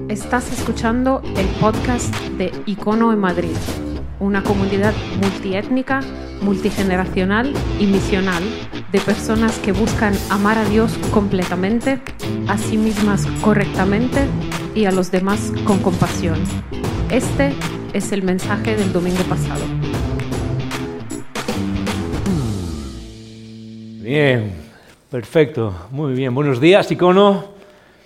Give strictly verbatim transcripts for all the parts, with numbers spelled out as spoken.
Estás escuchando el podcast de Icono en Madrid, una comunidad multiétnica, multigeneracional y misional de personas que buscan amar a Dios completamente, a sí mismas correctamente y a los demás con compasión. Este es el mensaje del domingo pasado. Bien, perfecto, muy bien. Buenos días, Icono.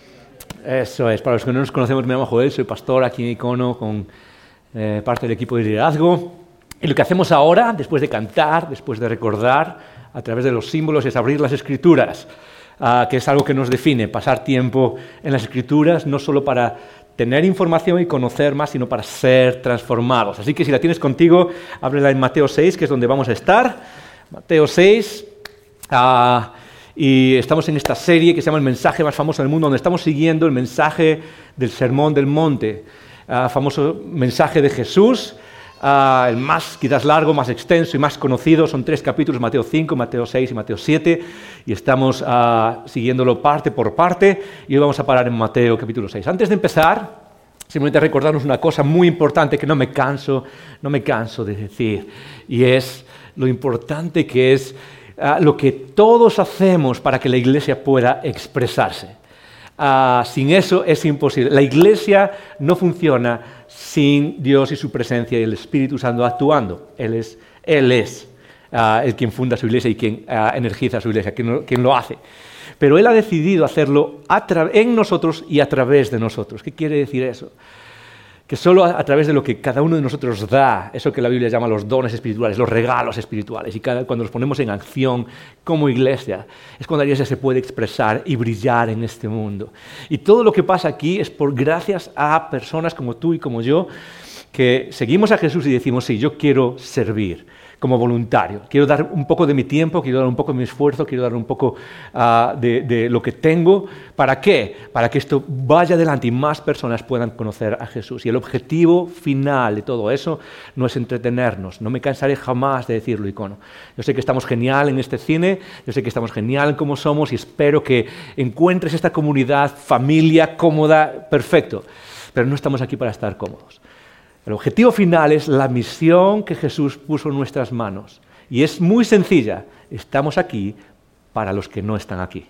Eso es, para los que no nos conocemos, me llamo Joel, soy pastor aquí en Icono con eh, parte del equipo de liderazgo. Y lo que hacemos ahora, después de cantar, después de recordar, a través de los símbolos, es abrir las Escrituras, uh, que es algo que nos define, pasar tiempo en las Escrituras, no solo para tener información y conocer más, sino para ser transformados. Así que si la tienes contigo, ábrela en Mateo seis, que es donde vamos a estar. Mateo seis... Uh, Y estamos en esta serie que se llama El mensaje más famoso del mundo, donde estamos siguiendo el mensaje del Sermón del Monte, uh, famoso mensaje de Jesús, uh, el más quizás largo, más extenso y más conocido. Son tres capítulos, Mateo cinco, Mateo seis y Mateo siete, y estamos uh, siguiéndolo parte por parte, y hoy vamos a parar en Mateo capítulo seis. Antes de empezar, simplemente recordarnos una cosa muy importante que no me canso, no me canso de decir, y es lo importante que es Uh, lo que todos hacemos para que la iglesia pueda expresarse. Uh, sin eso es imposible. La iglesia no funciona sin Dios y su presencia y el Espíritu Santo actuando. Él es, él es uh, el quien funda su iglesia y quien uh, energiza su iglesia, quien, quien lo hace. Pero Él ha decidido hacerlo a tra- en nosotros y a través de nosotros. ¿Qué quiere decir eso? Que solo a, a través de lo que cada uno de nosotros da, eso que la Biblia llama los dones espirituales, los regalos espirituales, y cada, cuando los ponemos en acción como iglesia, es cuando la iglesia se puede expresar y brillar en este mundo. Y todo lo que pasa aquí es por gracias a personas como tú y como yo, que seguimos a Jesús y decimos, sí, yo quiero servir como voluntario, quiero dar un poco de mi tiempo, quiero dar un poco de mi esfuerzo, quiero dar un poco uh, de, de lo que tengo. ¿Para qué? Para que esto vaya adelante y más personas puedan conocer a Jesús. Y el objetivo final de todo eso no es entretenernos, no me cansaré jamás de decirlo, Icono. Yo sé que estamos genial en este cine, yo sé que estamos genial en cómo somos y espero que encuentres esta comunidad, familia, cómoda, perfecto. Pero no estamos aquí para estar cómodos. El objetivo final es la misión que Jesús puso en nuestras manos. Y es muy sencilla. Estamos aquí para los que no están aquí.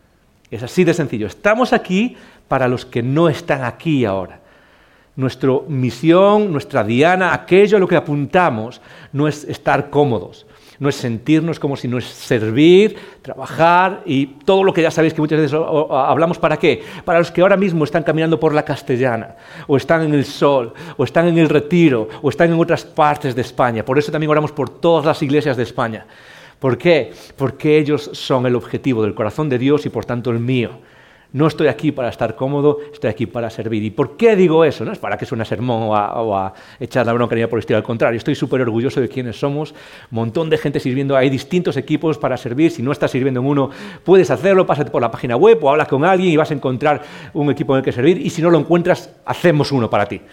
Es así de sencillo. Estamos aquí para los que no están aquí ahora. Nuestra misión, nuestra diana, aquello a lo que apuntamos, no es estar cómodos. No es sentirnos como si no es servir, trabajar y todo lo que ya sabéis que muchas veces hablamos. ¿Para qué? Para los que ahora mismo están caminando por la Castellana, o están en el Sol, o están en el Retiro, o están en otras partes de España. Por eso también oramos por todas las iglesias de España. ¿Por qué? Porque ellos son el objetivo del corazón de Dios y por tanto el mío. No estoy aquí para estar cómodo, estoy aquí para servir. ¿Y por qué digo eso? No es para que suene a sermón o a, o a echar la bronca ni por el estilo. Al contrario, estoy súper orgulloso de quiénes somos. Un montón de gente sirviendo. Hay distintos equipos para servir. Si no estás sirviendo en uno, puedes hacerlo. Pásate por la página web o habla con alguien y vas a encontrar un equipo en el que servir. Y si no lo encuentras, hacemos uno para ti.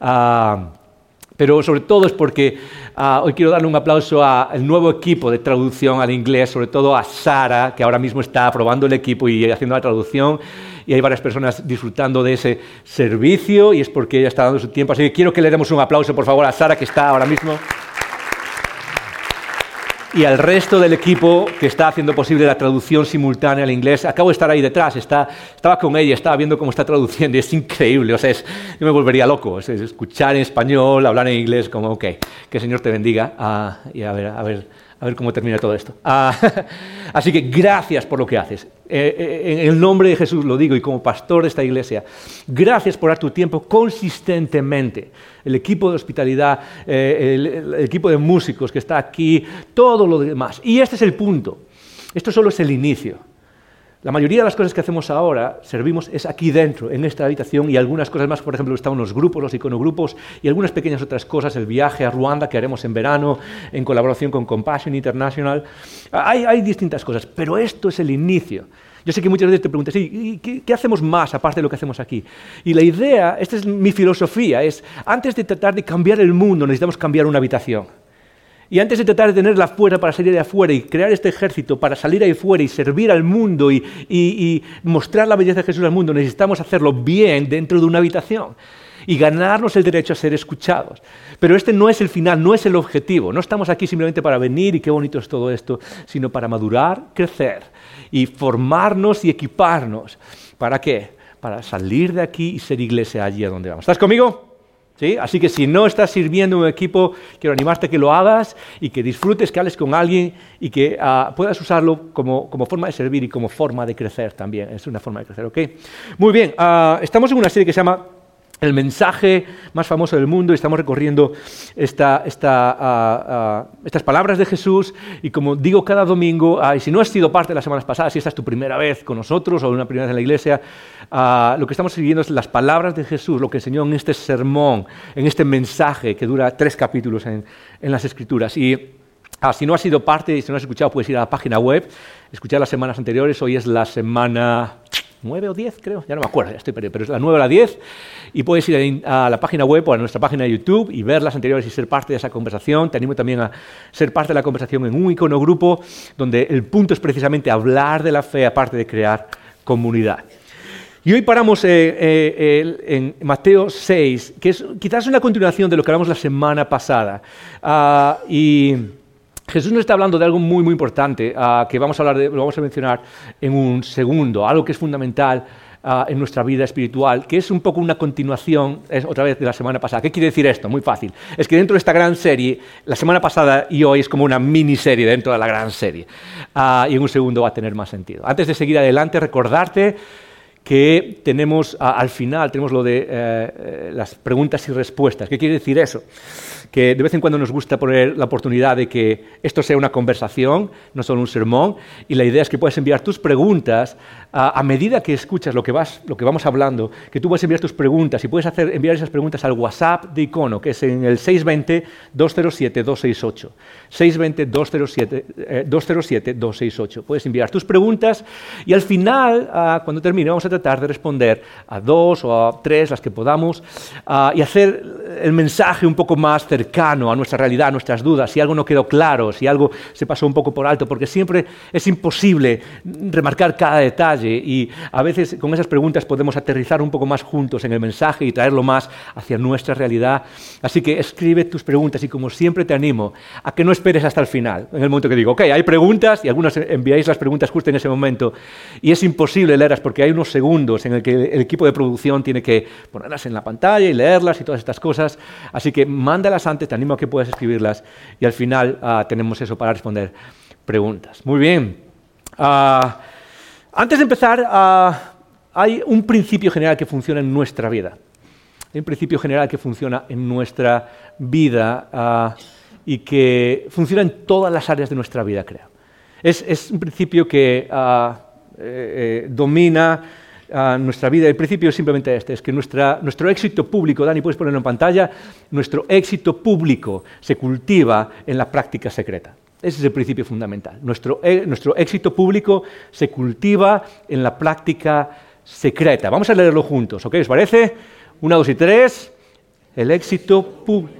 Uh, Pero sobre todo es porque uh, hoy quiero darle un aplauso al nuevo equipo de traducción al inglés, sobre todo a Sara, que ahora mismo está probando el equipo y haciendo la traducción, y hay varias personas disfrutando de ese servicio, y es porque ella está dando su tiempo. Así que quiero que le demos un aplauso, por favor, a Sara, que está ahora mismo, y al resto del equipo que está haciendo posible la traducción simultánea al inglés. Acabo de estar ahí detrás, está, estaba con ella, estaba viendo cómo está traduciendo y es increíble. O sea, es, yo me volvería loco, es, es escuchar en español, hablar en inglés, como, ok, que el Señor te bendiga. Uh, y a ver, a ver, a ver cómo termina todo esto. Uh, así que gracias por lo que haces. Eh, eh, en el nombre de Jesús lo digo, y como pastor de esta iglesia, gracias por dar tu tiempo consistentemente. El equipo de hospitalidad, eh, el, el equipo de músicos que está aquí, todo lo demás. Y este es el punto. Esto solo es el inicio. La mayoría de las cosas que hacemos ahora, servimos, es aquí dentro, en esta habitación, y algunas cosas más, por ejemplo, están los grupos, los iconogrupos, y algunas pequeñas otras cosas, el viaje a Ruanda que haremos en verano, en colaboración con Compassion International. Hay, hay distintas cosas, pero esto es el inicio. Yo sé que muchas veces te preguntas, ¿y qué, qué hacemos más aparte de lo que hacemos aquí? Y la idea, esta es mi filosofía, es antes de tratar de cambiar el mundo, necesitamos cambiar una habitación. Y antes de tratar de tener la fuerza para salir de afuera y crear este ejército para salir ahí fuera y servir al mundo y, y, y mostrar la belleza de Jesús al mundo, necesitamos hacerlo bien dentro de una habitación y ganarnos el derecho a ser escuchados. Pero este no es el final, no es el objetivo. No estamos aquí simplemente para venir y qué bonito es todo esto, sino para madurar, crecer y formarnos y equiparnos. ¿Para qué? Para salir de aquí y ser iglesia allí a donde vamos. ¿Estás conmigo? ¿Sí? Así que si no estás sirviendo en un equipo, quiero animarte a que lo hagas y que disfrutes, que hables con alguien y que uh, puedas usarlo como, como forma de servir y como forma de crecer también. Es una forma de crecer, ¿ok? Muy bien, uh, estamos en una serie que se llama El mensaje más famoso del mundo y estamos recorriendo esta, esta, uh, uh, estas palabras de Jesús y como digo cada domingo, uh, y si no has sido parte de las semanas pasadas, si esta es tu primera vez con nosotros o una primera vez en la iglesia, uh, lo que estamos siguiendo es las palabras de Jesús, lo que enseñó en este sermón, en este mensaje que dura tres capítulos en, en las Escrituras. Y uh, si no has sido parte y si no has escuchado, puedes ir a la página web, escuchar las semanas anteriores. Hoy es la semana nueve o diez, creo, ya no me acuerdo, ya estoy perdido, pero es la nueve o la diez, y puedes ir a la página web o a nuestra página de YouTube y ver las anteriores y ser parte de esa conversación. Te animo también a ser parte de la conversación en un icono grupo, donde el punto es precisamente hablar de la fe, aparte de crear comunidad. Y hoy paramos eh, eh, en Mateo seis, que es quizás una continuación de lo que hablamos la semana pasada, uh, y Jesús nos está hablando de algo muy, muy importante, uh, que vamos a hablar de, lo vamos a mencionar en un segundo, algo que es fundamental uh, en nuestra vida espiritual, que es un poco una continuación, es otra vez de la semana pasada. ¿Qué quiere decir esto? Muy fácil. Es que dentro de esta gran serie, la semana pasada y hoy es como una miniserie dentro de la gran serie. Uh, y en un segundo va a tener más sentido. Antes de seguir adelante, recordarte que tenemos, uh, al final, tenemos lo de uh, las preguntas y respuestas. ¿Qué quiere decir eso? Que de vez en cuando nos gusta poner la oportunidad de que esto sea una conversación, no solo un sermón, y la idea es que puedes enviar tus preguntas uh, a medida que escuchas lo que, vas, lo que vamos hablando, que tú puedes enviar tus preguntas y puedes hacer, enviar esas preguntas al WhatsApp de Icono, que es en el seis dos cero, dos cero siete, dos seis ocho. seis dos cero, dos cero siete, eh, dos cero siete, dos seis ocho. Puedes enviar tus preguntas y al final, uh, cuando termine, vamos a tratar de responder a dos o a tres, las que podamos, uh, y hacer el mensaje un poco más cercano a nuestra realidad, a nuestras dudas, si algo no quedó claro, si algo se pasó un poco por alto, porque siempre es imposible remarcar cada detalle y a veces con esas preguntas podemos aterrizar un poco más juntos en el mensaje y traerlo más hacia nuestra realidad. Así que escribe tus preguntas y como siempre te animo a que no esperes hasta el final, en el momento que digo, ok, hay preguntas y algunos enviáis las preguntas justo en ese momento y es imposible leerlas porque hay unos segundos en el que el equipo de producción tiene que ponerlas en la pantalla y leerlas y todas estas cosas, así que mándalas antes, te animo a que puedas escribirlas y al final uh, tenemos eso para responder preguntas. Muy bien. Uh, antes de empezar, uh, hay un principio general que funciona en nuestra vida. Hay un principio general que funciona en nuestra vida uh, y que funciona en todas las áreas de nuestra vida, creo. Es, es un principio que uh, eh, eh, domina a nuestra vida. El principio es simplemente este, es que nuestra, nuestro éxito público, Dani, puedes ponerlo en pantalla, nuestro éxito público se cultiva en la práctica secreta. Ese es el principio fundamental. Nuestro, eh, nuestro éxito público se cultiva en la práctica secreta. Vamos a leerlo juntos, ¿ok? ¿Os parece? Una, dos y tres. El éxito público.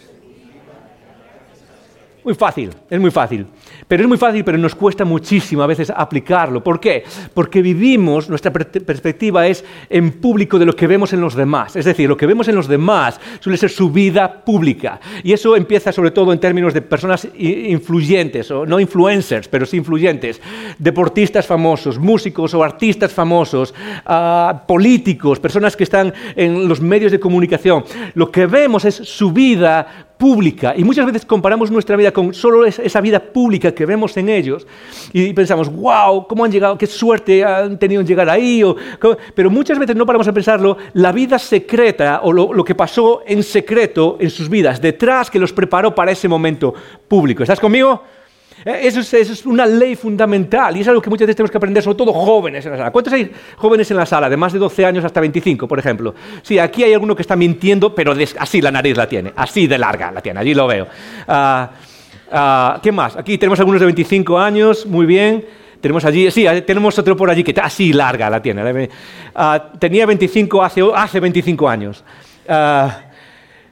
Muy fácil, es muy fácil. Pero es muy fácil, pero nos cuesta muchísimo a veces aplicarlo. ¿Por qué? Porque vivimos, nuestra per- perspectiva es en público de lo que vemos en los demás. Es decir, lo que vemos en los demás suele ser su vida pública. Y eso empieza sobre todo en términos de personas influyentes, o no influencers, pero sí influyentes. Deportistas famosos, músicos o artistas famosos, uh, políticos, personas que están en los medios de comunicación. Lo que vemos es su vida pública y muchas veces comparamos nuestra vida con solo esa vida pública que vemos en ellos y pensamos, wow, ¿cómo han llegado? ¿Qué suerte han tenido en llegar ahí? O, pero muchas veces no paramos a pensarlo, la vida secreta o lo, lo que pasó en secreto en sus vidas, detrás que los preparó para ese momento público. ¿Estás conmigo? Eso es, eso es una ley fundamental y es algo que muchas veces tenemos que aprender, sobre todo jóvenes en la sala. ¿Cuántos hay jóvenes en la sala? De más de doce años hasta veinticinco, por ejemplo. Sí, aquí hay alguno que está mintiendo, pero de, así la nariz la tiene, así de larga la tiene, allí lo veo. Uh, uh, ¿Qué más? Aquí tenemos algunos de veinticinco años, muy bien. Tenemos allí, sí, tenemos otro por allí que así larga la tiene. Uh, tenía veinticinco hace, hace veinticinco años. Uh,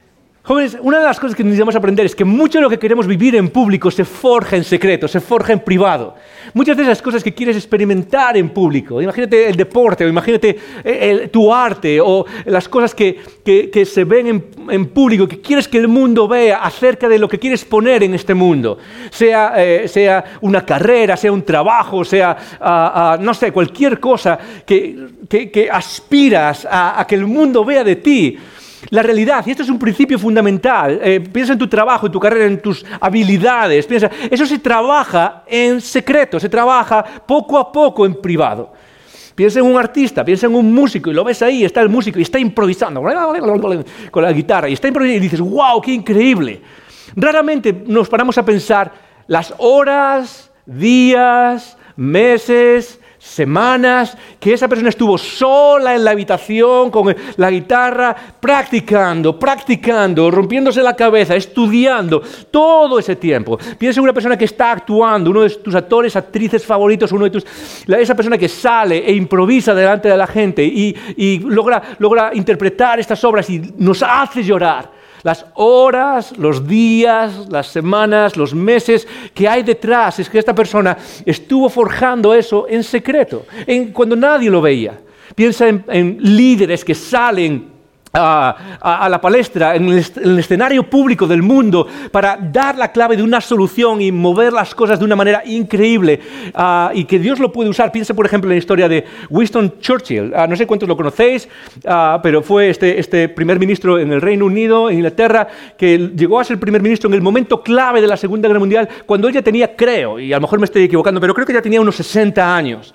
Jóvenes, una de las cosas que necesitamos aprender es que mucho de lo que queremos vivir en público se forja en secreto, se forja en privado. Muchas de esas cosas que quieres experimentar en público, imagínate el deporte, o imagínate el, tu arte, o las cosas que, que, que se ven en, en público, que quieres que el mundo vea acerca de lo que quieres poner en este mundo. Sea, eh, sea una carrera, sea un trabajo, sea, uh, uh, no sé, cualquier cosa que, que, que aspiras a, a que el mundo vea de ti. La realidad, y esto es un principio fundamental, eh, piensa en tu trabajo, en tu carrera, en tus habilidades, piensa, eso se trabaja en secreto, se trabaja poco a poco en privado. Piensa en un artista, piensa en un músico, y lo ves ahí, está el músico y está improvisando con la guitarra, y está improvisando y dices, wow, qué increíble. Raramente nos paramos a pensar las horas, días, meses, semanas que esa persona estuvo sola en la habitación con la guitarra, practicando, practicando, rompiéndose la cabeza, estudiando, todo ese tiempo. Piensa en una persona que está actuando, uno de tus actores, actrices favoritos, uno de tus, esa persona que sale e improvisa delante de la gente y, y logra, logra interpretar estas obras y nos hace llorar. Las horas, los días, las semanas, los meses que hay detrás es que esta persona estuvo forjando eso en secreto, en, cuando nadie lo veía. Piensa en, en líderes que salen a, a, a la palestra, en el, en el escenario público del mundo para dar la clave de una solución y mover las cosas de una manera increíble uh, y que Dios lo puede usar. Piensa, por ejemplo, en la historia de Winston Churchill. Uh, no sé cuántos lo conocéis, uh, pero fue este, este primer ministro en el Reino Unido, en Inglaterra, que llegó a ser primer ministro en el momento clave de la Segunda Guerra Mundial, cuando él ya tenía, creo, y a lo mejor me estoy equivocando, pero creo que ya tenía unos sesenta años.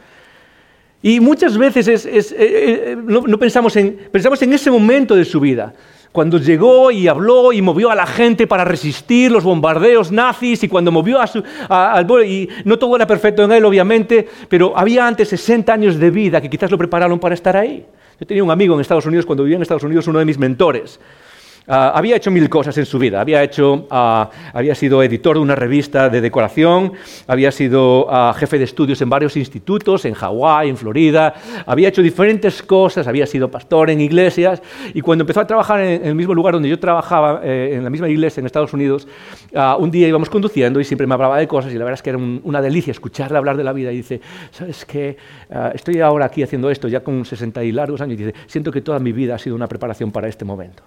Y muchas veces es, es, eh, eh, no, no pensamos, en, pensamos en ese momento de su vida, cuando llegó y habló y movió a la gente para resistir los bombardeos nazis y cuando movió a su, a, al y no todo era perfecto en él, obviamente, pero había antes sesenta años de vida que quizás lo prepararon para estar ahí. Yo tenía un amigo en Estados Unidos, cuando vivía en Estados Unidos, uno de mis mentores. Uh, había hecho mil cosas en su vida. Había, hecho, uh, había sido editor de una revista de decoración, había sido uh, jefe de estudios en varios institutos, en Hawái, en Florida, había hecho diferentes cosas, había sido pastor en iglesias, y cuando empezó a trabajar en, en el mismo lugar donde yo trabajaba, eh, en la misma iglesia en Estados Unidos, uh, un día íbamos conduciendo y siempre me hablaba de cosas, y la verdad es que era un, una delicia escucharle hablar de la vida, y dice, ¿sabes qué? Uh, estoy ahora aquí haciendo esto, ya con sesenta y largos años, y dice, siento que toda mi vida ha sido una preparación para este momento.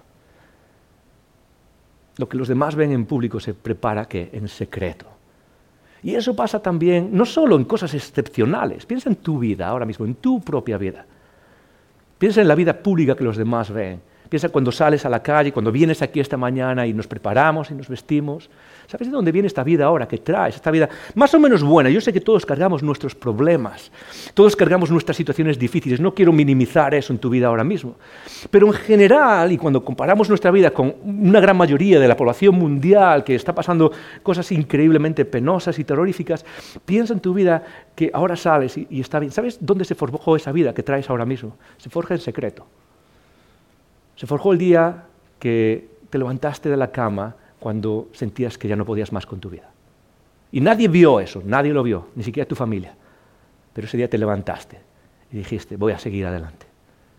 Lo que los demás ven en público se prepara ¿qué? En secreto. Y eso pasa también, no solo en cosas excepcionales. Piensa en tu vida ahora mismo, en tu propia vida. Piensa en la vida pública que los demás ven. Piensa cuando sales a la calle, cuando vienes aquí esta mañana y nos preparamos y nos vestimos. ¿Sabes de dónde viene esta vida ahora que traes? Esta vida más o menos buena. Yo sé que todos cargamos nuestros problemas, todos cargamos nuestras situaciones difíciles. No quiero minimizar eso en tu vida ahora mismo. Pero en general, y cuando comparamos nuestra vida con una gran mayoría de la población mundial que está pasando cosas increíblemente penosas y terroríficas, piensa en tu vida que ahora sales y, y está bien. ¿Sabes dónde se forjó esa vida que traes ahora mismo? Se forja en secreto. Se forjó el día que te levantaste de la cama cuando sentías que ya no podías más con tu vida. Y nadie vio eso, nadie lo vio, ni siquiera tu familia. Pero ese día te levantaste y dijiste, voy a seguir adelante.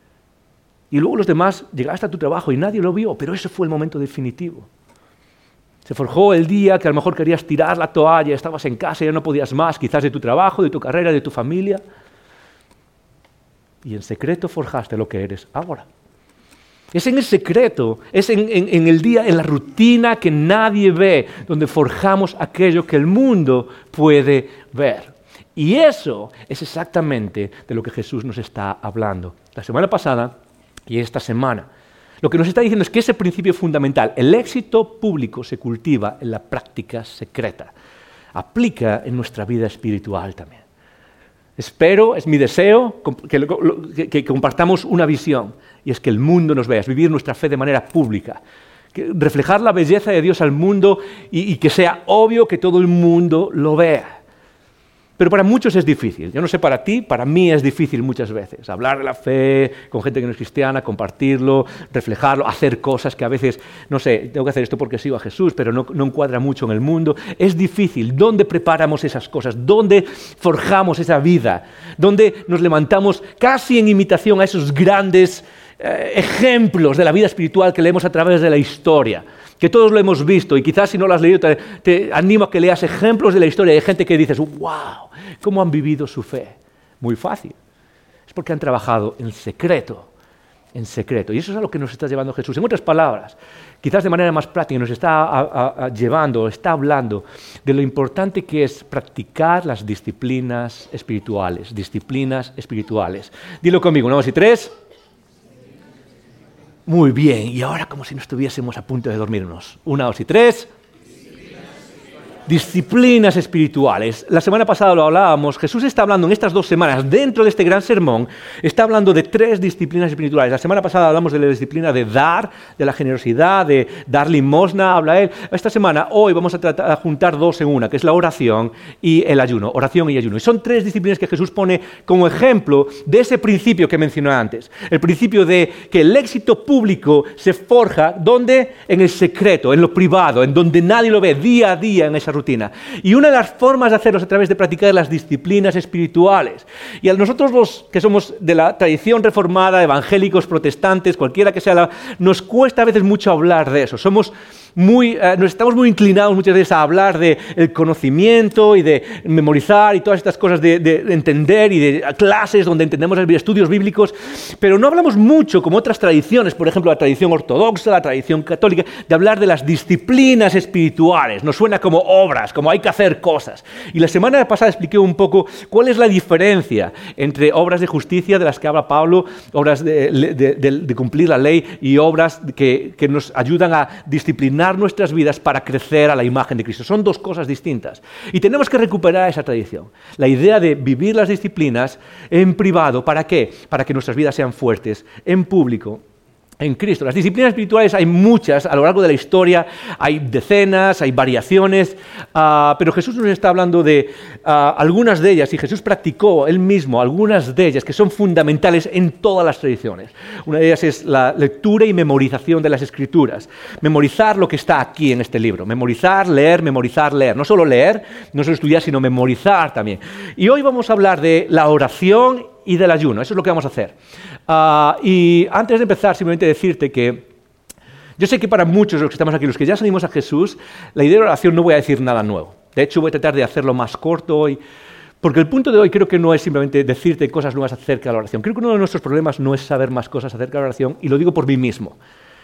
Y luego los demás llegaste a tu trabajo y nadie lo vio, pero ese fue el momento definitivo. Se forjó el día que a lo mejor querías tirar la toalla, estabas en casa y ya no podías más, quizás de tu trabajo, de tu carrera, de tu familia. Y en secreto forjaste lo que eres ahora. Es en el secreto, es en, en, en el día, en la rutina que nadie ve, donde forjamos aquello que el mundo puede ver. Y eso es exactamente de lo que Jesús nos está hablando. La semana pasada y esta semana. Lo que nos está diciendo es que ese principio fundamental, el éxito público se cultiva en la práctica secreta. Aplica en nuestra vida espiritual también. Espero, es mi deseo, que, que, que compartamos una visión, y es que el mundo nos vea, es vivir nuestra fe de manera pública, que reflejar la belleza de Dios al mundo y, y que sea obvio que todo el mundo lo vea. Pero para muchos es difícil. Yo no sé para ti, para mí es difícil muchas veces. Hablar de la fe con gente que no es cristiana, compartirlo, reflejarlo, hacer cosas que a veces, no sé, tengo que hacer esto porque sigo a Jesús, pero no, no encuadra mucho en el mundo. Es difícil. ¿Dónde preparamos esas cosas? ¿Dónde forjamos esa vida? ¿Dónde nos levantamos casi en imitación a esos grandes eh, ejemplos de la vida espiritual que leemos a través de la historia? que todos lo hemos visto, y quizás si no lo has leído te, te animo a que leas ejemplos de la historia de gente que dices, wow, ¿cómo han vivido su fe? Muy fácil. Es porque han trabajado en secreto, en secreto. Y eso es a lo que nos está llevando Jesús. En otras palabras, quizás de manera más práctica, nos está a, a, a llevando, está hablando de lo importante que es practicar las disciplinas espirituales. Disciplinas espirituales. Dilo conmigo, una, dos y tres. Muy bien, y ahora como si no estuviésemos a punto de dormirnos. Una, dos y tres. Disciplinas espirituales. La semana pasada lo hablábamos. Jesús está hablando en estas dos semanas, dentro de este gran sermón, está hablando de tres disciplinas espirituales. La semana pasada hablamos de la disciplina de dar, de la generosidad, de dar limosna, habla él. Esta semana, hoy vamos a, tratar, a juntar dos en una, que es la oración y el ayuno. Oración y ayuno. Y son tres disciplinas que Jesús pone como ejemplo de ese principio que mencioné antes. El principio de que el éxito público se forja, ¿dónde? En el secreto, en lo privado, en donde nadie lo ve, día a día en esa rutina. Y una de las formas de hacerlo es a través de practicar las disciplinas espirituales. Y a nosotros los que somos de la tradición reformada, evangélicos, protestantes, cualquiera que sea, la, nos cuesta a veces mucho hablar de eso. Somos muy, eh, nos estamos muy inclinados muchas veces a hablar del conocimiento y de memorizar y todas estas cosas de, de entender y de clases donde entendemos estudios bíblicos, pero no hablamos mucho, como otras tradiciones, por ejemplo la tradición ortodoxa, la tradición católica, de hablar de las disciplinas espirituales. Nos suena como obras, como hay que hacer cosas. Y la semana pasada expliqué un poco cuál es la diferencia entre obras de justicia de las que habla Pablo, obras de, de, de, de cumplir la ley y obras que, que nos ayudan a disciplinar nuestras vidas para crecer a la imagen de Cristo. Son dos cosas distintas. Y tenemos que recuperar esa tradición. La idea de vivir las disciplinas en privado, ¿para qué? Para que nuestras vidas sean fuertes, en público, en Cristo. Las disciplinas espirituales hay muchas a lo largo de la historia, hay decenas, hay variaciones, uh, pero Jesús nos está hablando de uh, algunas de ellas, y Jesús practicó él mismo algunas de ellas que son fundamentales en todas las tradiciones. Una de ellas es la lectura y memorización de las Escrituras. Memorizar lo que está aquí en este libro. Memorizar, leer, memorizar, leer. No solo leer, no solo estudiar, sino memorizar también. Y hoy vamos a hablar de la oración y del ayuno. Eso es lo que vamos a hacer. Uh, y antes de empezar, simplemente decirte que yo sé que para muchos de los que estamos aquí, los que ya seguimos a Jesús, la idea de oración no voy a decir nada nuevo. De hecho, voy a tratar de hacerlo más corto hoy, porque el punto de hoy creo que no es simplemente decirte cosas nuevas acerca de la oración. Creo que uno de nuestros problemas no es saber más cosas acerca de la oración, y lo digo por mí mismo.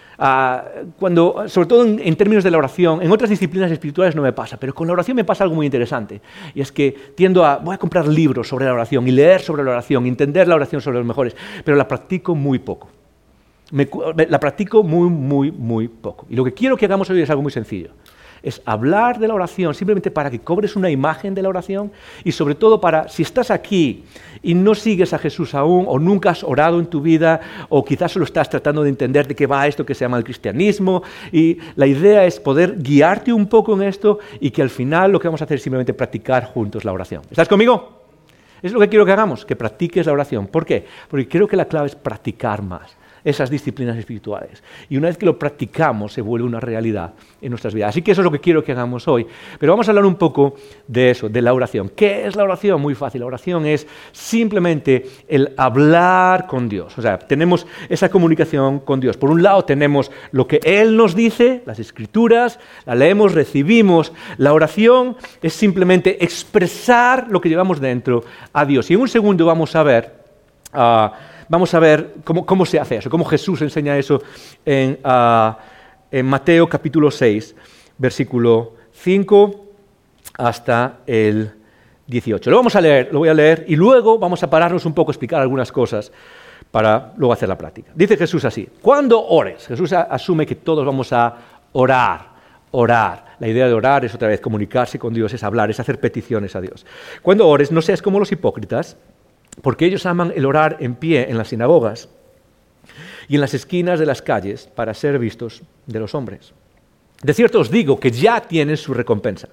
Uh, cuando, sobre todo en, en términos de la oración, en otras disciplinas espirituales no me pasa, pero con la oración me pasa algo muy interesante, y es que tiendo a, voy a comprar libros sobre la oración y leer sobre la oración, entender la oración sobre los mejores, pero la practico muy poco. Me, la practico muy, muy, muy poco. Y lo que quiero que hagamos hoy es algo muy sencillo. Es hablar de la oración simplemente para que cobres una imagen de la oración, y sobre todo para, si estás aquí y no sigues a Jesús aún, o nunca has orado en tu vida, o quizás solo estás tratando de entender de qué va esto que se llama el cristianismo, y la idea es poder guiarte un poco en esto, y que al final lo que vamos a hacer es simplemente practicar juntos la oración. ¿Estás conmigo? Es lo que quiero que hagamos, que practiques la oración. ¿Por qué? Porque creo que la clave es practicar más esas disciplinas espirituales. Y una vez que lo practicamos, se vuelve una realidad en nuestras vidas. Así que eso es lo que quiero que hagamos hoy. Pero vamos a hablar un poco de eso, de la oración. ¿Qué es la oración? Muy fácil. La oración es simplemente el hablar con Dios. O sea, tenemos esa comunicación con Dios. Por un lado tenemos lo que Él nos dice, las Escrituras, la leemos, recibimos. La oración es simplemente expresar lo que llevamos dentro a Dios. Y en un segundo vamos a ver... Uh, Vamos a ver cómo, cómo se hace eso, cómo Jesús enseña eso en, uh, en Mateo capítulo seis, versículo cinco hasta el dieciocho. Lo vamos a leer, lo voy a leer, y luego vamos a pararnos un poco a explicar algunas cosas para luego hacer la práctica. Dice Jesús así: cuando ores, Jesús asume que todos vamos a orar, orar. La idea de orar es otra vez comunicarse con Dios, es hablar, es hacer peticiones a Dios. Cuando ores, no seas como los hipócritas, porque ellos aman el orar en pie en las sinagogas y en las esquinas de las calles para ser vistos de los hombres. De cierto os digo que ya tienen su recompensa.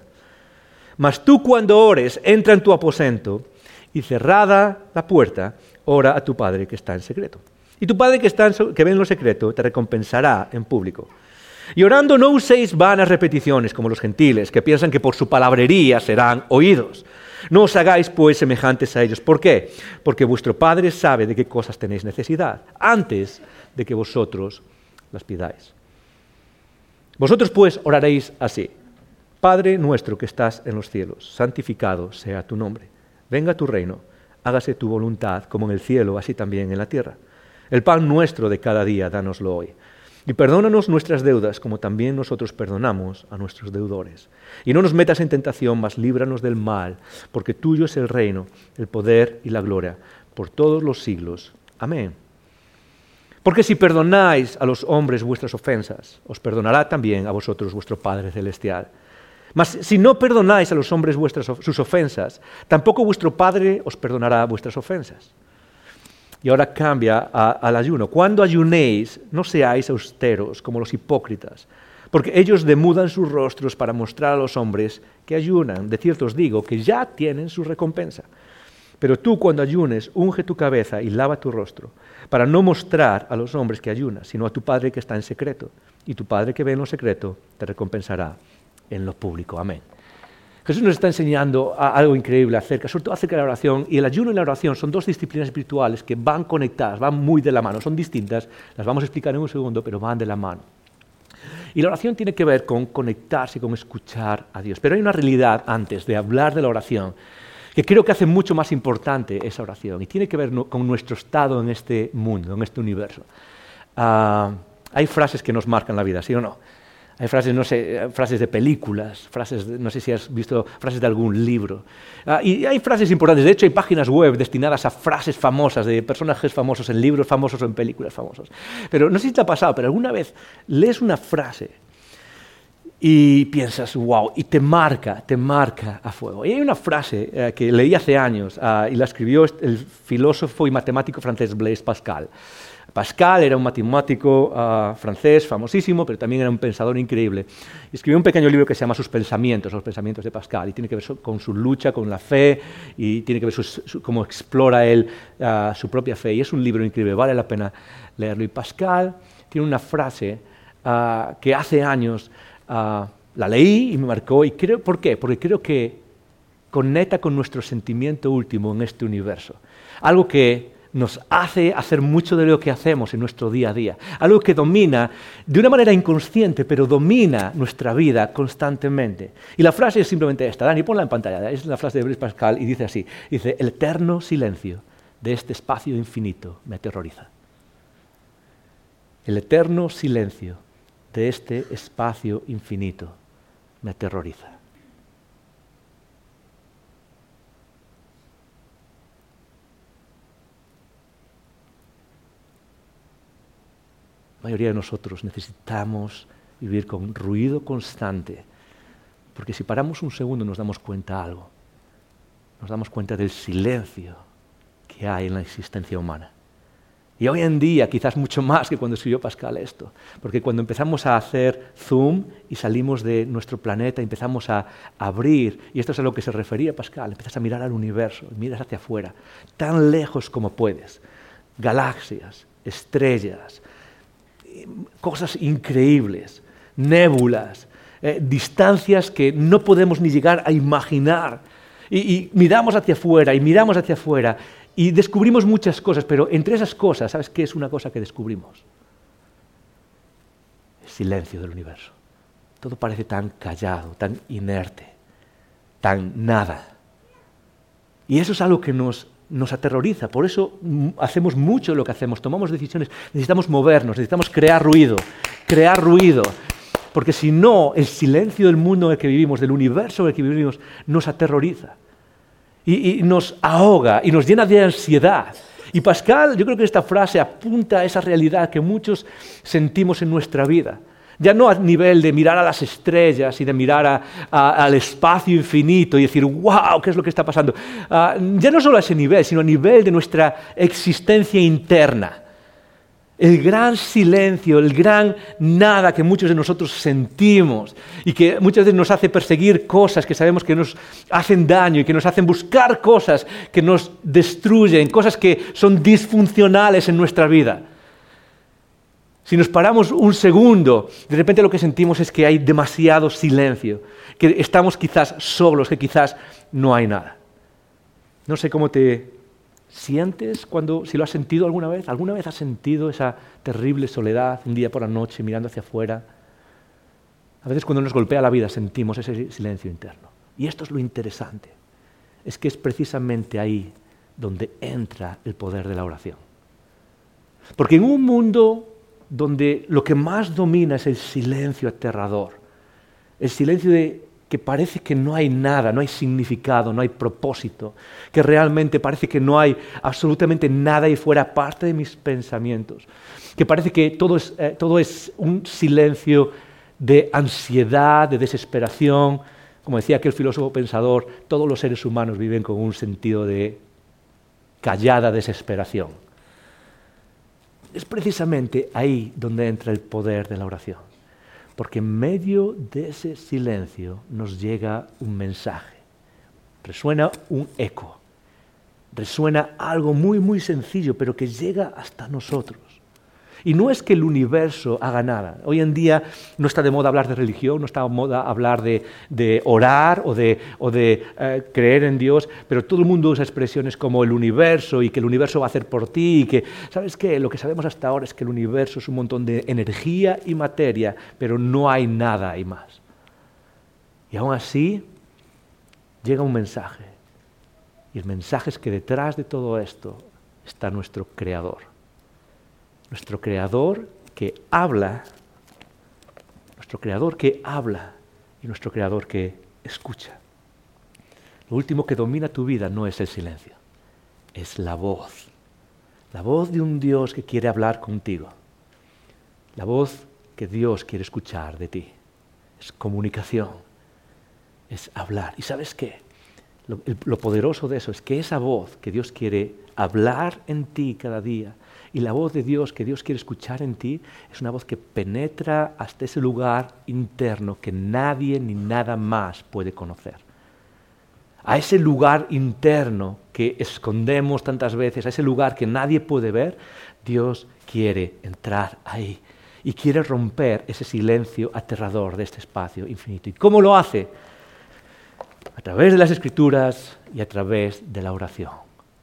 Mas tú, cuando ores, entra en tu aposento y, cerrada la puerta, ora a tu Padre que está en secreto. Y tu Padre que, está en, que ve en lo secreto te recompensará en público. Y orando no uséis vanas repeticiones como los gentiles, que piensan que por su palabrería serán oídos. No os hagáis, pues, semejantes a ellos. ¿Por qué? Porque vuestro Padre sabe de qué cosas tenéis necesidad, antes de que vosotros las pidáis. Vosotros pues oraréis así: Padre nuestro que estás en los cielos, santificado sea tu nombre. Venga tu reino, hágase tu voluntad como en el cielo, así también en la tierra. El pan nuestro de cada día, dánoslo hoy. Y perdónanos nuestras deudas, como también nosotros perdonamos a nuestros deudores. Y no nos metas en tentación, mas líbranos del mal, porque tuyo es el reino, el poder y la gloria, por todos los siglos. Amén. Porque si perdonáis a los hombres vuestras ofensas, os perdonará también a vosotros vuestro Padre Celestial. Mas si no perdonáis a los hombres vuestras, sus ofensas, tampoco vuestro Padre os perdonará vuestras ofensas. Y ahora cambia a, al ayuno. Cuando ayunéis, no seáis austeros como los hipócritas, porque ellos demudan sus rostros para mostrar a los hombres que ayunan. De cierto os digo que ya tienen su recompensa. Pero tú, cuando ayunes, unge tu cabeza y lava tu rostro, para no mostrar a los hombres que ayunas, sino a tu Padre que está en secreto. Y tu Padre que ve en lo secreto te recompensará en lo público. Amén. Jesús nos está enseñando algo increíble acerca, sobre todo acerca de la oración, y el ayuno y la oración son dos disciplinas espirituales que van conectadas, van muy de la mano, son distintas, las vamos a explicar en un segundo, pero van de la mano. Y la oración tiene que ver con conectarse, con escuchar a Dios. Pero hay una realidad antes de hablar de la oración, que creo que hace mucho más importante esa oración, y tiene que ver no, con nuestro estado en este mundo, en este universo. Uh, hay frases que nos marcan la vida, ¿sí o no? Hay frases, no sé, frases de películas, frases, de, no sé si has visto frases de algún libro. Uh, y hay frases importantes. De hecho, hay páginas web destinadas a frases famosas, de personajes famosos en libros famosos o en películas famosos. Pero no sé si te ha pasado, pero alguna vez lees una frase y piensas, wow, y te marca, te marca a fuego. Y hay una frase uh, que leí hace años uh, y la escribió el filósofo y matemático francés Blaise Pascal. Pascal era un matemático uh, francés famosísimo, pero también era un pensador increíble. Y escribió un pequeño libro que se llama Sus pensamientos, los pensamientos de Pascal, y tiene que ver con su lucha con la fe, y tiene que ver su, su, cómo explora él uh, su propia fe. Y es un libro increíble, vale la pena leerlo. Y Pascal tiene una frase uh, que hace años uh, la leí y me marcó. Y creo, ¿por qué? Porque creo que conecta con nuestro sentimiento último en este universo. Algo que nos hace hacer mucho de lo que hacemos en nuestro día a día. Algo que domina, de una manera inconsciente, pero domina nuestra vida constantemente. Y la frase es simplemente esta. Dani, ponla en pantalla. Es la frase de Blaise Pascal y dice así. Dice, el eterno silencio de este espacio infinito me aterroriza. El eterno silencio de este espacio infinito me aterroriza. La mayoría de nosotros necesitamos vivir con ruido constante, porque si paramos un segundo nos damos cuenta de algo. Nos damos cuenta del silencio que hay en la existencia humana. Y hoy en día, quizás mucho más que cuando escribió Pascal esto, porque cuando empezamos a hacer zoom y salimos de nuestro planeta, empezamos a abrir, y esto es a lo que se refería Pascal, empiezas a mirar al universo, miras hacia afuera, tan lejos como puedes, galaxias, estrellas, cosas increíbles, nébulas, eh, distancias que no podemos ni llegar a imaginar. Y, y miramos hacia afuera y miramos hacia afuera y descubrimos muchas cosas, pero entre esas cosas, ¿sabes qué es una cosa que descubrimos? El silencio del universo. Todo parece tan callado, tan inerte, tan nada. Y eso es algo que nos nos aterroriza, por eso hacemos mucho de lo que hacemos, tomamos decisiones, necesitamos movernos, necesitamos crear ruido, crear ruido, porque si no, el silencio del mundo en el que vivimos, del universo en el que vivimos, nos aterroriza y, y nos ahoga y nos llena de ansiedad. Y Pascal, yo creo que esta frase apunta a esa realidad que muchos sentimos en nuestra vida. Ya no a nivel de mirar a las estrellas y de mirar a, a, al espacio infinito y decir, wow, ¿qué es lo que está pasando? Uh, ya no solo a ese nivel, sino a nivel de nuestra existencia interna. El gran silencio, el gran nada que muchos de nosotros sentimos y que muchas veces nos hace perseguir cosas que sabemos que nos hacen daño y que nos hacen buscar cosas que nos destruyen, cosas que son disfuncionales en nuestra vida. Si nos paramos un segundo, de repente lo que sentimos es que hay demasiado silencio, que estamos quizás solos, que quizás no hay nada. No sé cómo te sientes cuando, si lo has sentido alguna vez, ¿alguna vez has sentido esa terrible soledad un día por la noche mirando hacia afuera? A veces cuando nos golpea la vida sentimos ese silencio interno. Y esto es lo interesante. Es que es precisamente ahí donde entra el poder de la oración. Porque en un mundo donde lo que más domina es el silencio aterrador, el silencio de que parece que no hay nada, no hay significado, no hay propósito, que realmente parece que no hay absolutamente nada ahí fuera parte de mis pensamientos, que parece que todo es, eh, todo es un silencio de ansiedad, de desesperación. Como decía aquel filósofo pensador, todos los seres humanos viven con un sentido de callada desesperación. Es precisamente ahí donde entra el poder de la oración. Porque en medio de ese silencio nos llega un mensaje, resuena un eco, resuena algo muy, muy sencillo, pero que llega hasta nosotros. Y no es que el universo haga nada. Hoy en día no está de moda hablar de religión, no está de moda hablar de, de orar o de, o de eh, creer en Dios, pero todo el mundo usa expresiones como el universo y que el universo va a hacer por ti. Y que, ¿sabes qué? Lo que sabemos hasta ahora es que el universo es un montón de energía y materia, pero no hay nada ahí más. Y aún así llega un mensaje. Y el mensaje es que detrás de todo esto está nuestro Creador. Nuestro Creador que habla, nuestro Creador que habla y nuestro Creador que escucha. Lo último que domina tu vida no es el silencio, es la voz. La voz de un Dios que quiere hablar contigo. La voz que Dios quiere escuchar de ti. Es comunicación, es hablar. ¿Y sabes qué? Lo, el, lo poderoso de eso es que esa voz que Dios quiere hablar en ti cada día, y la voz de Dios que Dios quiere escuchar en ti es una voz que penetra hasta ese lugar interno que nadie ni nada más puede conocer. A ese lugar interno que escondemos tantas veces, a ese lugar que nadie puede ver, Dios quiere entrar ahí y quiere romper ese silencio aterrador de este espacio infinito. ¿Y cómo lo hace? A través de las Escrituras y a través de la oración.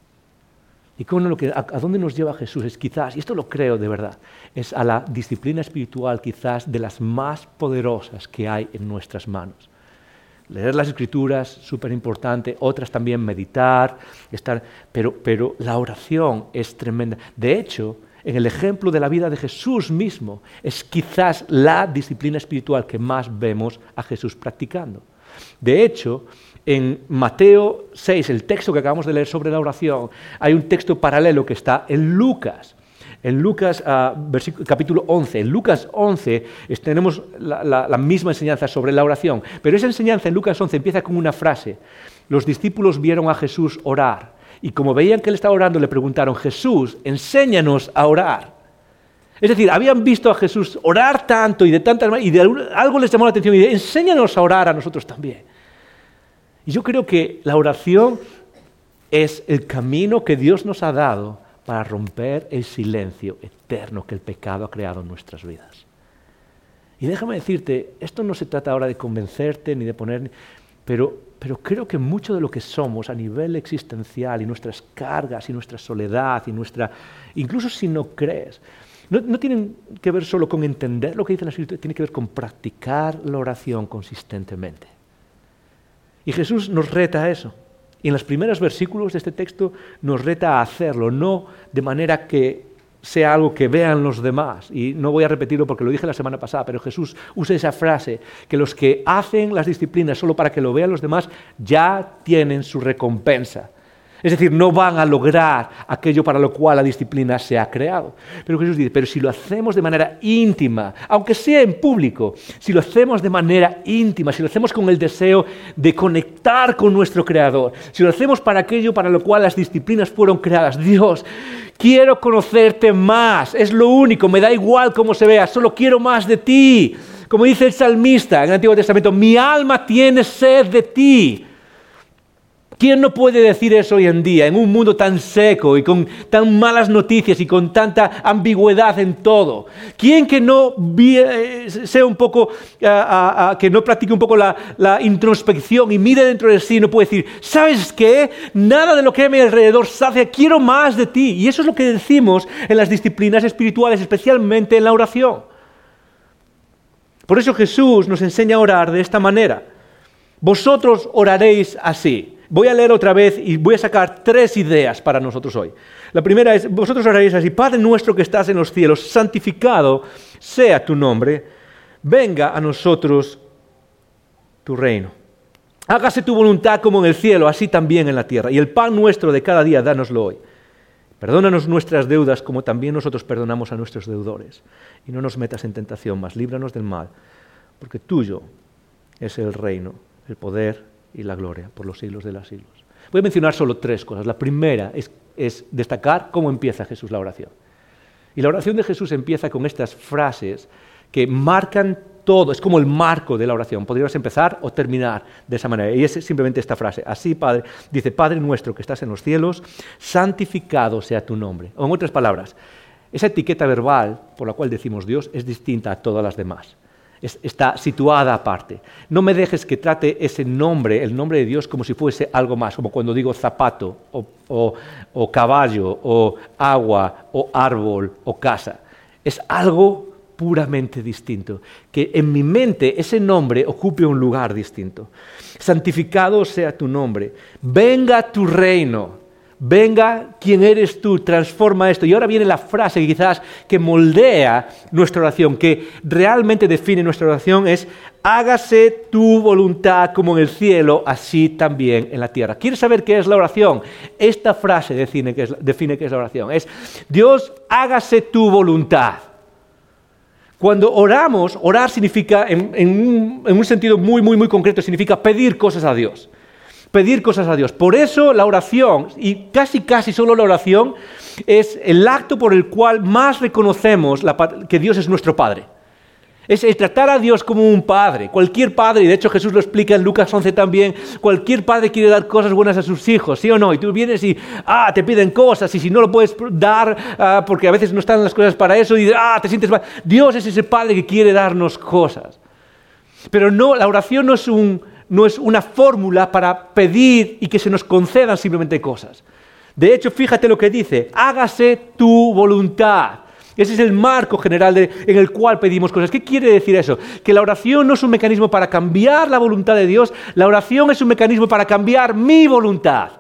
Y cómo lo que, a, a dónde nos lleva Jesús es quizás, y esto lo creo de verdad, es a la disciplina espiritual quizás de las más poderosas que hay en nuestras manos. Leer las Escrituras, súper importante, otras también meditar, estar, pero, pero la oración es tremenda. De hecho, en el ejemplo de la vida de Jesús mismo, es quizás la disciplina espiritual que más vemos a Jesús practicando. De hecho, en Mateo seis, el texto que acabamos de leer sobre la oración, hay un texto paralelo que está en Lucas. En Lucas, uh, capítulo once, en Lucas once tenemos la, la, la misma enseñanza sobre la oración, pero esa enseñanza en Lucas once empieza con una frase. Los discípulos vieron a Jesús orar y como veían que él estaba orando le preguntaron, Jesús, enséñanos a orar. Es decir, habían visto a Jesús orar tanto y de tantas maneras, y de algo les llamó la atención y de, enséñanos a orar a nosotros también. Y yo creo que la oración es el camino que Dios nos ha dado para romper el silencio eterno que el pecado ha creado en nuestras vidas. Y déjame decirte, esto no se trata ahora de convencerte ni de poner, pero, pero creo que mucho de lo que somos a nivel existencial y nuestras cargas y nuestra soledad y nuestra, incluso si no crees, no, no tienen que ver solo con entender lo que dice la Escritura, tiene que ver con practicar la oración consistentemente. Y Jesús nos reta a eso. Y en los primeros versículos de este texto nos reta a hacerlo, no de manera que sea algo que vean los demás. Y no voy a repetirlo porque lo dije la semana pasada, pero Jesús usa esa frase, que los que hacen las disciplinas solo para que lo vean los demás, ya tienen su recompensa. Es decir, no van a lograr aquello para lo cual la disciplina se ha creado. Pero Jesús dice, pero si lo hacemos de manera íntima, aunque sea en público, si lo hacemos de manera íntima, si lo hacemos con el deseo de conectar con nuestro Creador, si lo hacemos para aquello para lo cual las disciplinas fueron creadas, Dios, quiero conocerte más, es lo único, me da igual cómo se vea, solo quiero más de ti. Como dice el salmista en el Antiguo Testamento, mi alma tiene sed de ti. ¿Quién no puede decir eso hoy en día, en un mundo tan seco y con tan malas noticias y con tanta ambigüedad en todo? ¿Quién que no sea un poco, uh, uh, uh, que no practique un poco la, la introspección y mire dentro de sí, no puede decir, ¿sabes qué? Nada de lo que hay a mi alrededor sacia, quiero más de ti. Y eso es lo que decimos en las disciplinas espirituales, especialmente en la oración. Por eso Jesús nos enseña a orar de esta manera. Vosotros oraréis así. Voy a leer otra vez y voy a sacar tres ideas para nosotros hoy. La primera es, vosotros oraréis así: Padre nuestro que estás en los cielos, santificado sea tu nombre, venga a nosotros tu reino. Hágase tu voluntad como en el cielo, así también en la tierra. Y el pan nuestro de cada día, dánoslo hoy. Perdónanos nuestras deudas como también nosotros perdonamos a nuestros deudores. Y no nos metas en tentación, mas líbranos del mal, porque tuyo es el reino, el poder y la gloria por los siglos de los siglos. Voy a mencionar solo tres cosas. La primera es, es destacar cómo empieza Jesús la oración. Y la oración de Jesús empieza con estas frases que marcan todo, es como el marco de la oración. Podríamos empezar o terminar de esa manera. Y es simplemente esta frase. Así, Padre, dice: Padre nuestro que estás en los cielos, santificado sea tu nombre. O en otras palabras, esa etiqueta verbal por la cual decimos Dios es distinta a todas las demás. Es, está situada aparte. No me dejes que trate ese nombre, el nombre de Dios, como si fuese algo más, como cuando digo zapato, o, o, o caballo, o agua, o árbol, o casa. Es algo puramente distinto, que en mi mente ese nombre ocupe un lugar distinto. Santificado sea tu nombre, venga tu reino, venga quien eres tú, transforma esto. Y ahora viene la frase que quizás que moldea nuestra oración, que realmente define nuestra oración, es: hágase tu voluntad como en el cielo, así también en la tierra. ¿Quieres saber qué es la oración? Esta frase define qué es, define qué es la oración. Es: Dios, hágase tu voluntad. Cuando oramos, orar significa, en, en, un, en un sentido muy, muy, muy concreto, significa pedir cosas a Dios. Pedir cosas a Dios. Por eso la oración, y casi casi solo la oración, es el acto por el cual más reconocemos la, que Dios es nuestro Padre. Es el tratar a Dios como un padre. Cualquier padre, y de hecho Jesús lo explica en Lucas once también, cualquier padre quiere dar cosas buenas a sus hijos, ¿sí o no? Y tú vienes y, ah, te piden cosas, y si no lo puedes dar, ah, porque a veces no están las cosas para eso, y ah, te sientes mal. Dios es ese padre que quiere darnos cosas. Pero no, la oración no es, un, no es una fórmula para pedir y que se nos concedan simplemente cosas. De hecho, fíjate lo que dice: hágase tu voluntad. Ese es el marco general de, en el cual pedimos cosas. ¿Qué quiere decir eso? Que la oración no es un mecanismo para cambiar la voluntad de Dios, la oración es un mecanismo para cambiar mi voluntad.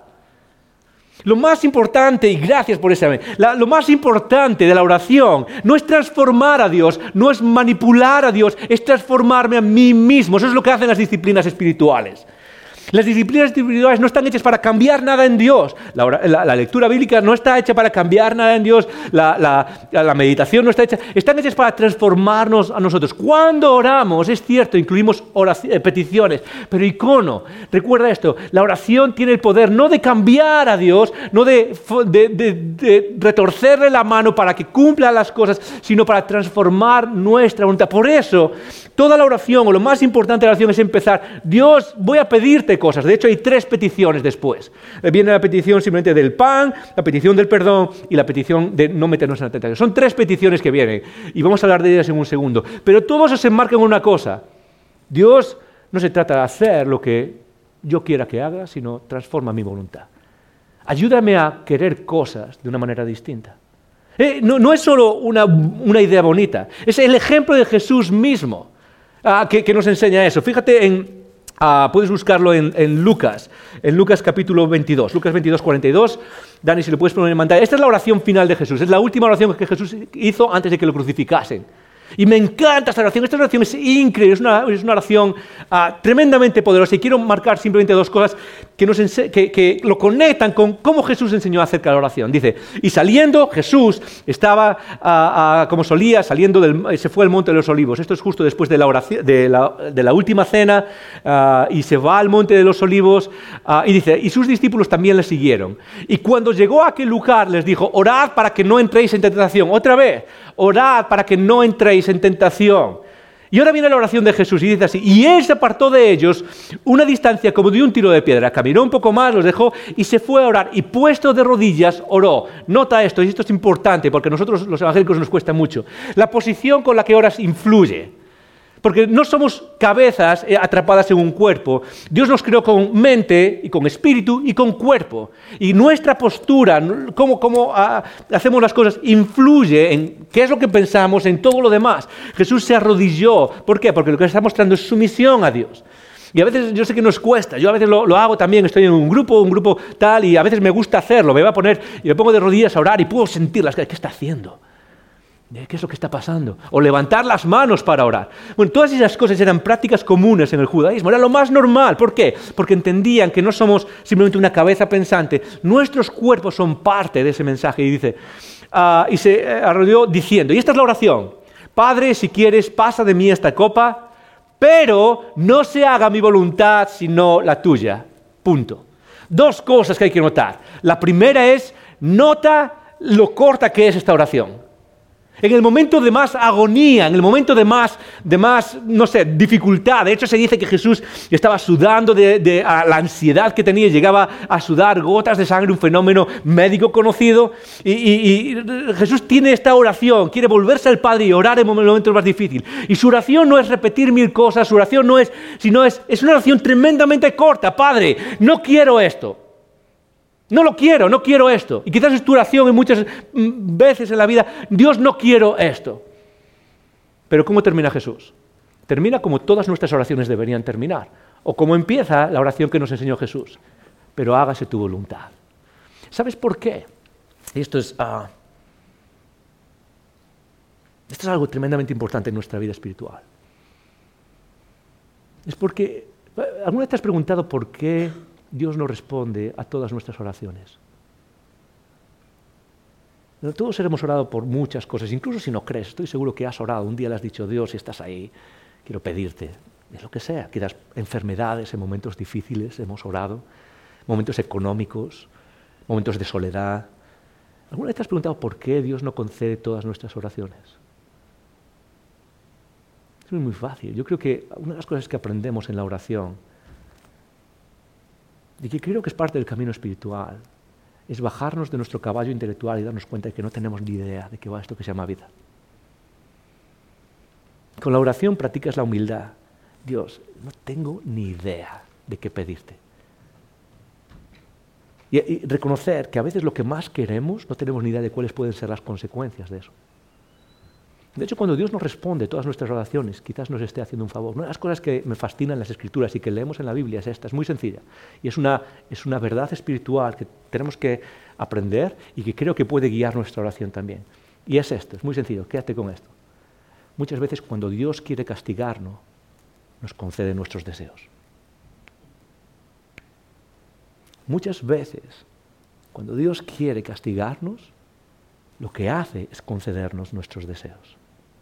Lo más importante, y gracias por esa, la, lo más importante de la oración no es transformar a Dios, no es manipular a Dios, es transformarme a mí mismo. Eso es lo que hacen las disciplinas espirituales. Las disciplinas espirituales no están hechas para cambiar nada en Dios. La, la, la lectura bíblica no está hecha para cambiar nada en Dios. La, la, la meditación no está hecha. Están hechas para transformarnos a nosotros. Cuando oramos, es cierto, incluimos oraciones, peticiones, pero icono, recuerda esto, la oración tiene el poder no de cambiar a Dios, no de, de, de, de retorcerle la mano para que cumpla las cosas, sino para transformar nuestra voluntad. Por eso, toda la oración, o lo más importante de la oración, es empezar: Dios, voy a pedirte cosas. De hecho, hay tres peticiones después. Viene la petición simplemente del pan, la petición del perdón y la petición de no meternos en la tentación. Son tres peticiones que vienen y vamos a hablar de ellas en un segundo. Pero todo eso se enmarca en una cosa: Dios no se trata de hacer lo que yo quiera que haga, sino transforma mi voluntad. Ayúdame a querer cosas de una manera distinta. Eh, no, no es solo una, una idea bonita, es el ejemplo de Jesús mismo ah, que, que nos enseña eso. Fíjate en Uh, puedes buscarlo en, en Lucas, en Lucas capítulo veintidós, Lucas veintidós, cuarenta y dos. Dani, si lo puedes poner en pantalla. Esta es la oración final de Jesús, es la última oración que Jesús hizo antes de que lo crucificasen. Y me encanta esta oración, esta oración es increíble, es una, es una oración uh, tremendamente poderosa. Y quiero marcar simplemente dos cosas que, nos ense- que, que lo conectan con cómo Jesús enseñó acerca de la oración. Dice: y saliendo Jesús estaba, uh, uh, como solía, saliendo, del, se fue al monte de los olivos. Esto es justo después de la, oración, de la, de la última cena, uh, y se va al monte de los olivos, uh, y dice, y sus discípulos también le siguieron. Y cuando llegó a aquel lugar les dijo: orad para que no entréis en tentación. Otra vez, orad para que no entréis en tentación. Y ahora viene la oración de Jesús y dice así: y él se apartó de ellos una distancia como de un tiro de piedra, caminó un poco más, los dejó y se fue a orar, y puesto de rodillas oró. Nota esto, y esto es importante porque a nosotros los evangélicos nos cuesta mucho. La posición con la que oras influye. Porque no somos cabezas atrapadas en un cuerpo. Dios nos creó con mente y con espíritu y con cuerpo. Y nuestra postura, cómo, cómo uh, hacemos las cosas, influye en qué es lo que pensamos, en todo lo demás. Jesús se arrodilló. ¿Por qué? Porque lo que está mostrando es sumisión a Dios. Y a veces yo sé que nos cuesta, yo a veces lo, lo hago también, estoy en un grupo, un grupo tal, y a veces me gusta hacerlo, me voy a poner y me pongo de rodillas a orar y puedo sentir las cosas. ¿Qué está haciendo? ¿Qué es lo que está pasando? O levantar las manos para orar. Bueno, todas esas cosas eran prácticas comunes en el judaísmo, era lo más normal. ¿Por qué? Porque entendían que no somos simplemente una cabeza pensante, nuestros cuerpos son parte de ese mensaje. Y dice, uh, y se arrodilló diciendo, y esta es la oración: Padre, si quieres, pasa de mí esta copa, pero no se haga mi voluntad sino la tuya. Punto. Dos cosas que hay que notar. La primera es, nota lo corta que es esta oración. En el momento de más agonía, en el momento de más, de más, no sé, dificultad. De hecho, se dice que Jesús estaba sudando de, de a la ansiedad que tenía, llegaba a sudar gotas de sangre, un fenómeno médico conocido. Y, y, y Jesús tiene esta oración, quiere volverse al Padre y orar en momentos más difíciles. Y su oración no es repetir mil cosas, su oración no es, sino es, es una oración tremendamente corta. Padre, no quiero esto. No lo quiero, no quiero esto. Y quizás es tu oración en muchas veces en la vida, Dios, no quiero esto. Pero ¿cómo termina Jesús? Termina como todas nuestras oraciones deberían terminar. O como empieza la oración que nos enseñó Jesús. Pero hágase tu voluntad. ¿Sabes por qué? Esto es, uh, esto es algo tremendamente importante en nuestra vida espiritual. Es porque, ¿alguna vez te has preguntado por qué Dios no responde a todas nuestras oraciones? Todos hemos orado por muchas cosas, incluso si no crees, estoy seguro que has orado, un día le has dicho, Dios, si estás ahí, quiero pedirte, de lo que sea, quizás enfermedades, en momentos difíciles hemos orado, momentos económicos, momentos de soledad. ¿Alguna vez te has preguntado por qué Dios no concede todas nuestras oraciones? Es muy fácil. Yo creo que una de las cosas que aprendemos en la oración, y que creo que es parte del camino espiritual, es bajarnos de nuestro caballo intelectual y darnos cuenta de que no tenemos ni idea de qué va esto que se llama vida. Con la oración practicas la humildad. Dios, no tengo ni idea de qué pedirte. Y, y reconocer que a veces lo que más queremos no tenemos ni idea de cuáles pueden ser las consecuencias de eso. De hecho, cuando Dios nos responde todas nuestras oraciones, quizás nos esté haciendo un favor. Una de las cosas que me fascinan en las Escrituras y que leemos en la Biblia es esta, es muy sencilla. Y es una, es una verdad espiritual que tenemos que aprender y que creo que puede guiar nuestra oración también. Y es esto, es muy sencillo, quédate con esto. Muchas veces cuando Dios quiere castigarnos, nos concede nuestros deseos. Muchas veces, cuando Dios quiere castigarnos, lo que hace es concedernos nuestros deseos.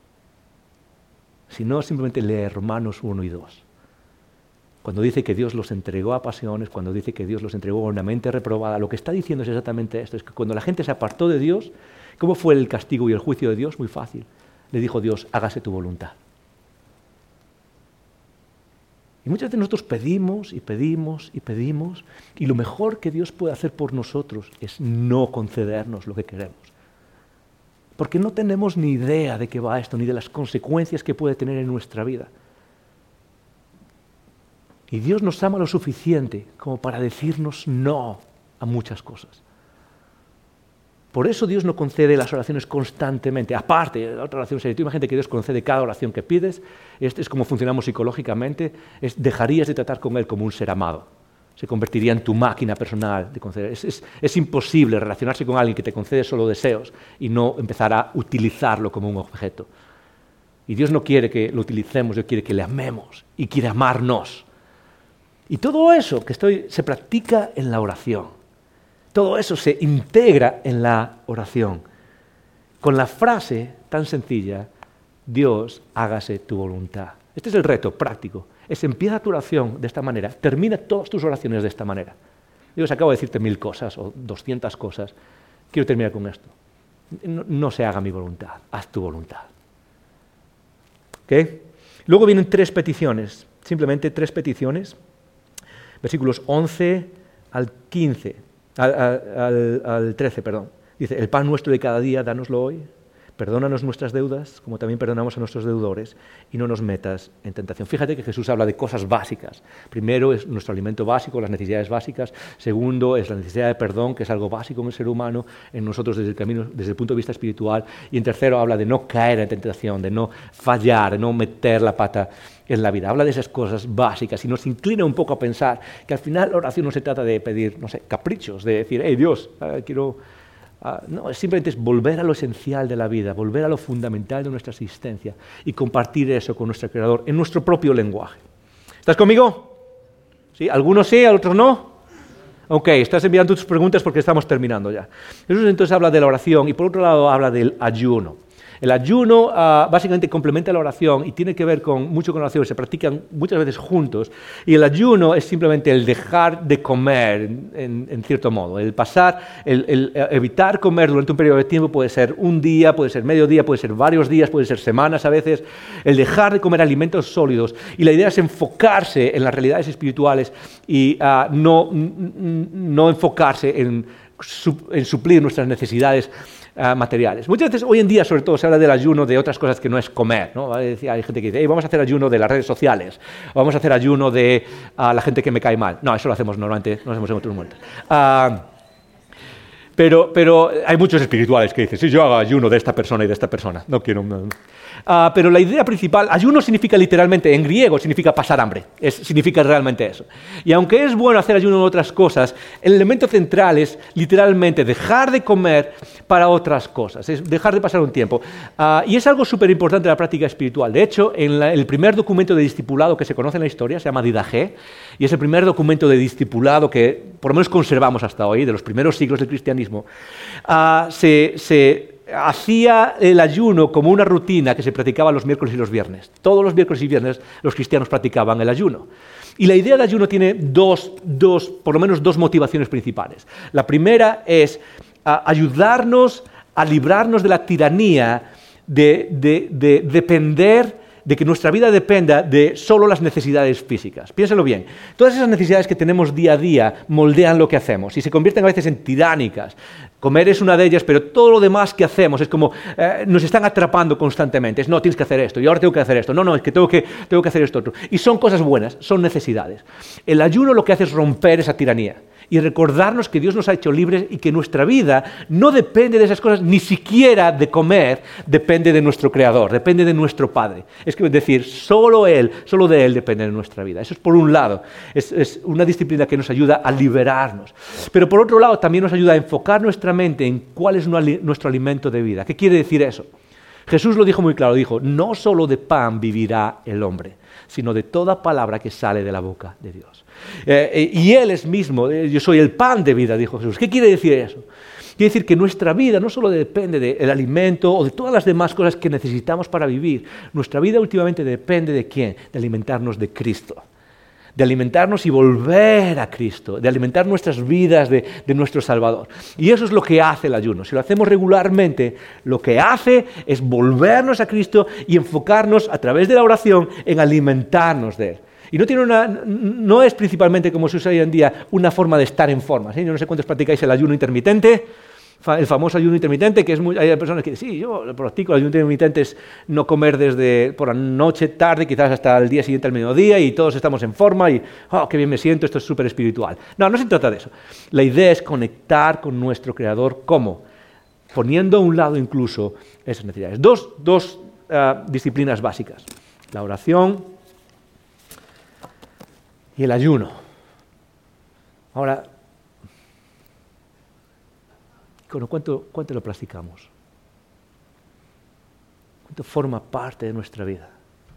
Si no, simplemente lee Romanos uno y dos. Cuando dice que Dios los entregó a pasiones, cuando dice que Dios los entregó a una mente reprobada, lo que está diciendo es exactamente esto, es que cuando la gente se apartó de Dios, ¿cómo fue el castigo y el juicio de Dios? Muy fácil. Le dijo Dios, hágase tu voluntad. Y muchas veces nosotros pedimos y pedimos y pedimos, y lo mejor que Dios puede hacer por nosotros es no concedernos lo que queremos. Porque no tenemos ni idea de qué va esto, ni de las consecuencias que puede tener en nuestra vida. Y Dios nos ama lo suficiente como para decirnos no a muchas cosas. Por eso Dios no concede las oraciones constantemente. Aparte, la otra oración sería, tú imagínate que Dios concede cada oración que pides. Este es como funcionamos psicológicamente. Es, dejarías de tratar con Él como un ser amado. Se convertiría en tu máquina personal de conceder. Es, es, es imposible relacionarse con alguien que te concede solo deseos y no empezar a utilizarlo como un objeto. Y Dios no quiere que lo utilicemos, Dios quiere que le amemos y quiere amarnos. Y todo eso que estoy, se practica en la oración. Todo eso se integra en la oración. Con la frase tan sencilla, Dios, hágase tu voluntad. Este es el reto práctico. Es empieza tu oración de esta manera, termina todas tus oraciones de esta manera. Dios, acabo de decirte mil cosas o doscientas cosas. Quiero terminar con esto. No, no se haga mi voluntad, haz tu voluntad. ¿Okay? Luego vienen tres peticiones, simplemente tres peticiones. Versículos once al quince, al, al, al trece, perdón. Dice, el pan nuestro de cada día, dánoslo hoy. Perdónanos nuestras deudas, como también perdonamos a nuestros deudores, y no nos metas en tentación. Fíjate que Jesús habla de cosas básicas. Primero es nuestro alimento básico, las necesidades básicas. Segundo es la necesidad de perdón, que es algo básico en el ser humano, en nosotros desde el camino, desde el punto de vista espiritual. Y en tercero habla de no caer en tentación, de no fallar, de no meter la pata en la vida. Habla de esas cosas básicas y nos inclina un poco a pensar que al final la oración no se trata de pedir, no sé, caprichos, de decir, hey Dios, uh, quiero... Uh, no, simplemente es volver a lo esencial de la vida, volver a lo fundamental de nuestra existencia y compartir eso con nuestro Creador en nuestro propio lenguaje. ¿Estás conmigo? ¿Sí? ¿Algunos sí, otros no? Ok, estás enviando tus preguntas porque estamos terminando ya. Jesús entonces habla de la oración y por otro lado habla del ayuno. El ayuno uh, básicamente complementa la oración y tiene que ver con, mucho con la oración, se practican muchas veces juntos. Y el ayuno es simplemente el dejar de comer, en, en cierto modo. El pasar, el, el evitar comer durante un periodo de tiempo puede ser un día, puede ser medio día, puede ser varios días, puede ser semanas a veces. El dejar de comer alimentos sólidos. Y la idea es enfocarse en las realidades espirituales y uh, no, no enfocarse en, en suplir nuestras necesidades Uh, materiales. Muchas veces hoy en día sobre todo se habla del ayuno de otras cosas que no es comer, ¿no? Hay gente que dice, hey, vamos a hacer ayuno de las redes sociales, o vamos a hacer ayuno de uh, la gente que me cae mal. No, eso lo hacemos normalmente, no lo hacemos en otros momentos. Uh, pero, pero hay muchos espirituales que dicen, sí, yo hago ayuno de esta persona y de esta persona. No quiero... No. Uh, pero la idea principal, ayuno significa literalmente, en griego significa pasar hambre, es, significa realmente eso. Y aunque es bueno hacer ayuno en otras cosas, el elemento central es literalmente dejar de comer para otras cosas, es dejar de pasar un tiempo. Uh, y es algo súper importante en la práctica espiritual. De hecho, en la, el primer documento de discipulado que se conoce en la historia se llama Didache, y es el primer documento de discipulado que por lo menos conservamos hasta hoy, de los primeros siglos del cristianismo. Uh, se... se hacía el ayuno como una rutina que se practicaba los miércoles y los viernes. Todos los miércoles y viernes los cristianos practicaban el ayuno. Y la idea del ayuno tiene dos, dos, por lo menos dos motivaciones principales. La primera es uh, ayudarnos a librarnos de la tiranía de, de, de depender, de que nuestra vida dependa de solo las necesidades físicas. Piénselo bien. Todas esas necesidades que tenemos día a día moldean lo que hacemos y se convierten a veces en tiránicas. Comer es una de ellas, pero todo lo demás que hacemos es como eh, nos están atrapando constantemente. Es no, tienes que hacer esto, y ahora tengo que hacer esto. No, no, es que tengo que, tengo que hacer esto otro. Y son cosas buenas, son necesidades. El ayuno lo que hace es romper esa tiranía y recordarnos que Dios nos ha hecho libres y que nuestra vida no depende de esas cosas, ni siquiera de comer, depende de nuestro Creador, depende de nuestro Padre. Es decir, solo Él, solo de Él depende de nuestra vida. Eso es por un lado, es, es una disciplina que nos ayuda a liberarnos. Pero por otro lado también nos ayuda a enfocar nuestra mente en cuál es nuestro alimento de vida. ¿Qué quiere decir eso? Jesús lo dijo muy claro, dijo, no solo de pan vivirá el hombre, sino de toda palabra que sale de la boca de Dios. Eh, y Él es mismo, eh, yo soy el pan de vida, dijo Jesús. ¿Qué quiere decir eso? Quiere decir que nuestra vida no solo depende del alimento o de todas las demás cosas que necesitamos para vivir. Nuestra vida últimamente depende de ¿quién? De alimentarnos de Cristo. De alimentarnos y volver a Cristo, de alimentar nuestras vidas de, de nuestro Salvador. Y eso es lo que hace el ayuno. Si lo hacemos regularmente, lo que hace es volvernos a Cristo y enfocarnos a través de la oración en alimentarnos de Él. Y no, tiene una, no es principalmente, como se usa hoy en día, una forma de estar en forma. ¿Sí? Yo no sé cuántos practicáis el ayuno intermitente, el famoso ayuno intermitente, que es muy, hay personas que dicen, sí, yo lo practico, el ayuno intermitente es no comer desde por la noche, tarde, quizás hasta el día siguiente al mediodía, y todos estamos en forma, y oh, qué bien me siento, esto es súper espiritual. No, no se trata de eso. La idea es conectar con nuestro Creador, ¿cómo? Poniendo a un lado incluso esas necesidades. Dos, dos uh, disciplinas básicas, la oración y el ayuno. Ahora, ¿cuánto, cuánto lo practicamos? ¿Cuánto forma parte de nuestra vida?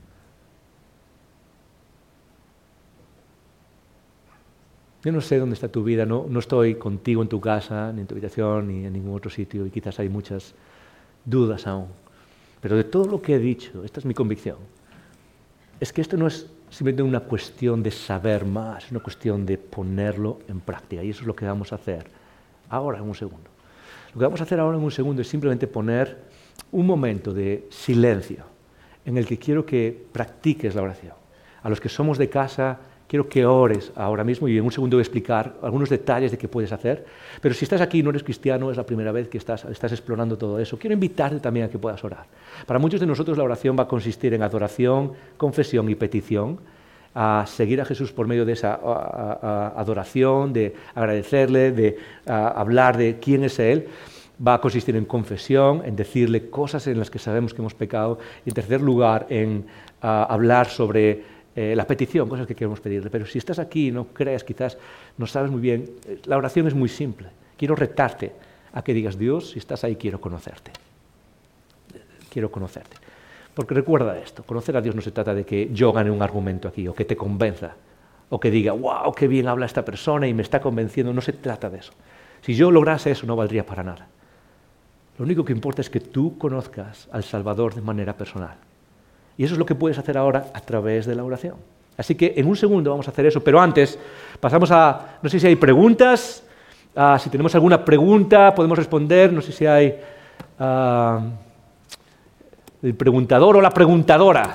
Yo no sé dónde está tu vida, no, no estoy contigo en tu casa, ni en tu habitación, ni en ningún otro sitio, y quizás hay muchas dudas aún. Pero de todo lo que he dicho, esta es mi convicción, es que esto no es simplemente una cuestión de saber más, es una cuestión de ponerlo en práctica. Y eso es lo que vamos a hacer ahora en un segundo. Lo que vamos a hacer ahora en un segundo es simplemente poner un momento de silencio en el que quiero que practiques la oración. A los que somos de casa, quiero que ores ahora mismo y en un segundo voy a explicar algunos detalles de qué puedes hacer. Pero si estás aquí y no eres cristiano, es la primera vez que estás, estás explorando todo eso, quiero invitarte también a que puedas orar. Para muchos de nosotros la oración va a consistir en adoración, confesión y petición, a seguir a Jesús por medio de esa a, a, a adoración, de agradecerle, de a, hablar de quién es Él. Va a consistir en confesión, en decirle cosas en las que sabemos que hemos pecado, y en tercer lugar en a, hablar sobre Eh, la petición, cosas que queremos pedirle. Pero si estás aquí y no crees, quizás no sabes muy bien, la oración es muy simple. Quiero retarte a que digas: Dios, si estás ahí, quiero conocerte. Quiero conocerte. Porque recuerda esto, conocer a Dios no se trata de que yo gane un argumento aquí, o que te convenza, o que diga: wow, qué bien habla esta persona y me está convenciendo. No se trata de eso. Si yo lograse eso, no valdría para nada. Lo único que importa es que tú conozcas al Salvador de manera personal. Y eso es lo que puedes hacer ahora a través de la oración. Así que en un segundo vamos a hacer eso, pero antes pasamos a, no sé si hay preguntas, uh, si tenemos alguna pregunta podemos responder, no sé si hay uh, el preguntador o la preguntadora.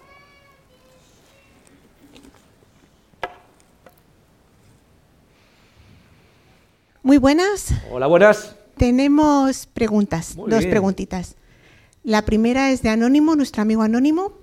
Muy buenas. Hola, buenas. Tenemos preguntas, Muy dos bien. preguntitas. La primera es de Anónimo, nuestro amigo Anónimo,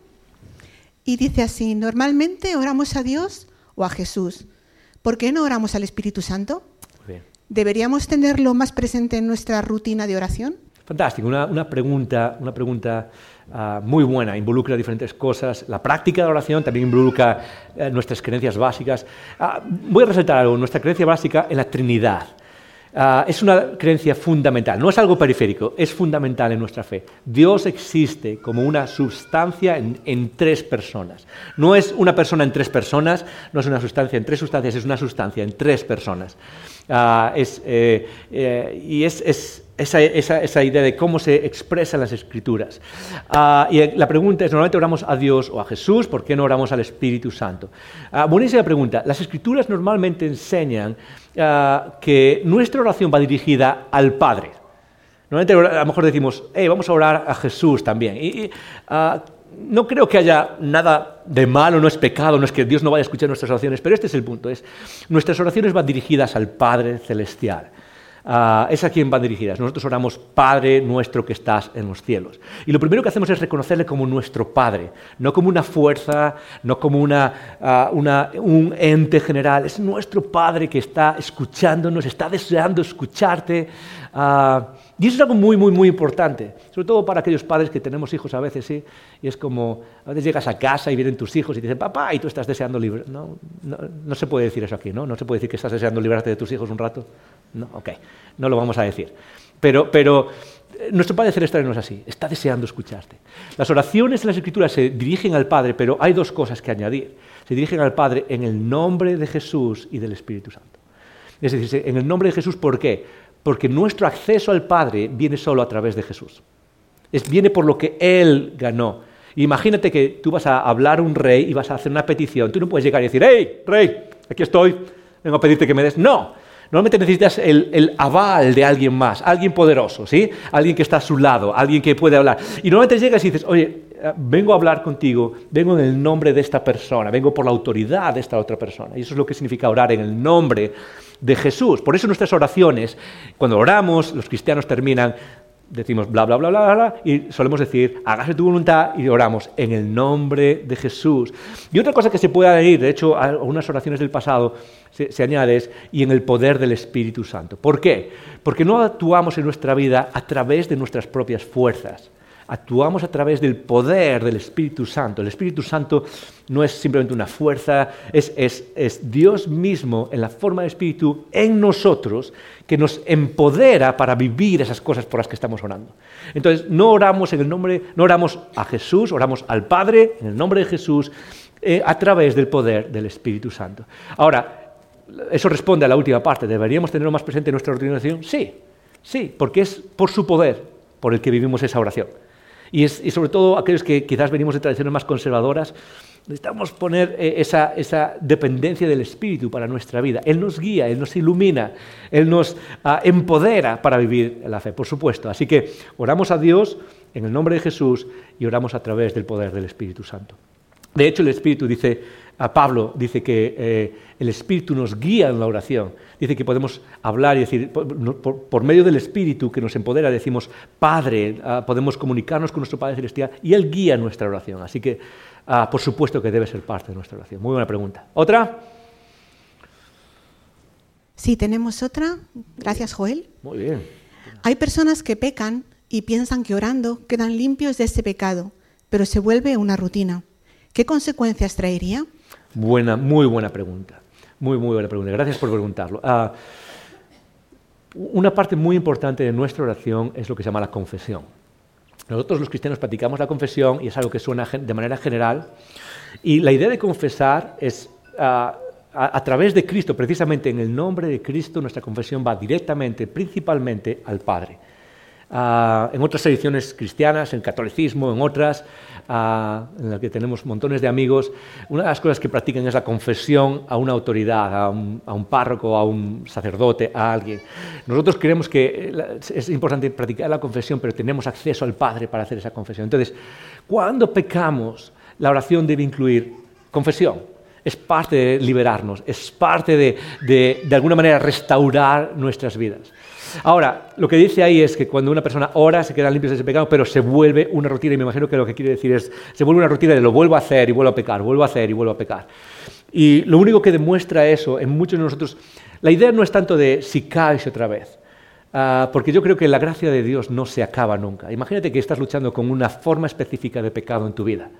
y dice así: normalmente oramos a Dios o a Jesús. ¿Por qué no oramos al Espíritu Santo? Muy bien. ¿Deberíamos tenerlo más presente en nuestra rutina de oración? Fantástico, una, una pregunta, una pregunta uh, muy buena, involucra diferentes cosas. La práctica de la oración también involucra uh, nuestras creencias básicas. Uh, voy a resaltar algo, nuestra creencia básica en la Trinidad. Uh, es una creencia fundamental, no es algo periférico, es fundamental en nuestra fe. Dios existe como una sustancia en, en tres personas. No es una persona en tres personas, no es una sustancia en tres sustancias, es una sustancia en tres personas. Uh, es, eh, eh, y es, es esa, esa, esa idea de cómo se expresan las Escrituras. Uh, y la pregunta es, normalmente oramos a Dios o a Jesús, ¿por qué no oramos al Espíritu Santo? Uh, buenísima pregunta. Las Escrituras normalmente enseñan uh, que nuestra oración va dirigida al Padre. Normalmente a lo mejor decimos: hey, vamos a orar a Jesús también. Y, y uh, no creo que haya nada de malo, no es pecado, no es que Dios no vaya a escuchar nuestras oraciones, pero este es el punto, es nuestras oraciones van dirigidas al Padre Celestial. Uh, es a quien van dirigidas. Nosotros oramos: Padre nuestro que estás en los cielos. Y lo primero que hacemos es reconocerle como nuestro Padre, no como una fuerza, no como una, uh, una, un ente general. Es nuestro Padre que está escuchándonos, está deseando escucharte. Uh, y eso es algo muy, muy, muy importante, sobre todo para aquellos padres que tenemos hijos a veces, ¿sí? Y es como, a veces llegas a casa y vienen tus hijos y te dicen: papá, y tú estás deseando libre. No, no, no se puede decir eso aquí, ¿no? No se puede decir que estás deseando librarte de tus hijos un rato. No, ok, no lo vamos a decir. Pero, pero nuestro Padre Celestial no es así, está deseando escucharte. Las oraciones en las Escrituras se dirigen al Padre, pero hay dos cosas que añadir. Se dirigen al Padre en el nombre de Jesús y del Espíritu Santo. Es decir, en el nombre de Jesús, ¿por qué? Porque nuestro acceso al Padre viene solo a través de Jesús. Es, viene por lo que Él ganó. Imagínate que tú vas a hablar a un rey y vas a hacer una petición. Tú no puedes llegar y decir: hey, rey, aquí estoy, vengo a pedirte que me des. No. Normalmente necesitas el, el aval de alguien más, alguien poderoso, ¿sí? Alguien que está a su lado, alguien que puede hablar. Y normalmente llegas y dices: oye, vengo a hablar contigo, vengo en el nombre de esta persona, vengo por la autoridad de esta otra persona. Y eso es lo que significa orar en el nombre de Jesús. Por eso nuestras oraciones, cuando oramos, los cristianos terminan, decimos bla, bla, bla, bla, bla, y solemos decir: hágase tu voluntad, y oramos en el nombre de Jesús. Y otra cosa que se puede añadir, de hecho, a algunas oraciones del pasado se, se añade es: y en el poder del Espíritu Santo. ¿Por qué? Porque no actuamos en nuestra vida a través de nuestras propias fuerzas. Actuamos a través del poder del Espíritu Santo. El Espíritu Santo no es simplemente una fuerza, es, es, es Dios mismo en la forma de Espíritu en nosotros que nos empodera para vivir esas cosas por las que estamos orando. Entonces, no oramos en el nombre, no oramos a Jesús, oramos al Padre en el nombre de Jesús eh, a través del poder del Espíritu Santo. Ahora, eso responde a la última parte. ¿Deberíamos tenerlo más presente en nuestra oración? Sí, sí, porque es por su poder por el que vivimos esa oración. Y, es, y sobre todo aquellos que quizás venimos de tradiciones más conservadoras, necesitamos poner eh, esa, esa dependencia del Espíritu para nuestra vida. Él nos guía, Él nos ilumina, Él nos uh, empodera para vivir la fe, por supuesto. Así que oramos a Dios en el nombre de Jesús y oramos a través del poder del Espíritu Santo. De hecho, el Espíritu dice, a Pablo dice que eh, el Espíritu nos guía en la oración. Dice que podemos hablar y decir, por, por, por medio del Espíritu que nos empodera, decimos Padre, uh, podemos comunicarnos con nuestro Padre Celestial y Él guía nuestra oración. Así que, uh, por supuesto que debe ser parte de nuestra oración. Muy buena pregunta. ¿Otra? Sí, tenemos otra. Gracias, Joel. Muy bien. Hay personas que pecan y piensan que orando quedan limpios de ese pecado, pero se vuelve una rutina. ¿Qué consecuencias traería? Buena, muy buena pregunta. Muy, muy buena pregunta. Gracias por preguntarlo. Uh, una parte muy importante de nuestra oración es lo que se llama la confesión. Nosotros los cristianos practicamos la confesión y es algo que suena de manera general. Y la idea de confesar es, uh, a, a través de Cristo, precisamente en el nombre de Cristo, nuestra confesión va directamente, principalmente, al Padre. Uh, en otras tradiciones cristianas, en el catolicismo, en otras, uh, en las que tenemos montones de amigos, una de las cosas que practican es la confesión a una autoridad, a un, a un párroco, a un sacerdote, a alguien. Nosotros creemos que es importante practicar la confesión, pero tenemos acceso al Padre para hacer esa confesión. Entonces, cuando pecamos, la oración debe incluir confesión. Es parte de liberarnos, es parte de, de, de alguna manera, restaurar nuestras vidas. Ahora, lo que dice ahí es que cuando una persona ora se quedan limpios de ese pecado, pero se vuelve una rutina, y me imagino que lo que quiere decir es, se vuelve una rutina de lo vuelvo a hacer y vuelvo a pecar, vuelvo a hacer y vuelvo a pecar. Y lo único que demuestra eso en muchos de nosotros, la idea no es tanto de si caes otra vez, uh, porque yo creo que la gracia de Dios no se acaba nunca. Imagínate que estás luchando con una forma específica de pecado en tu vida.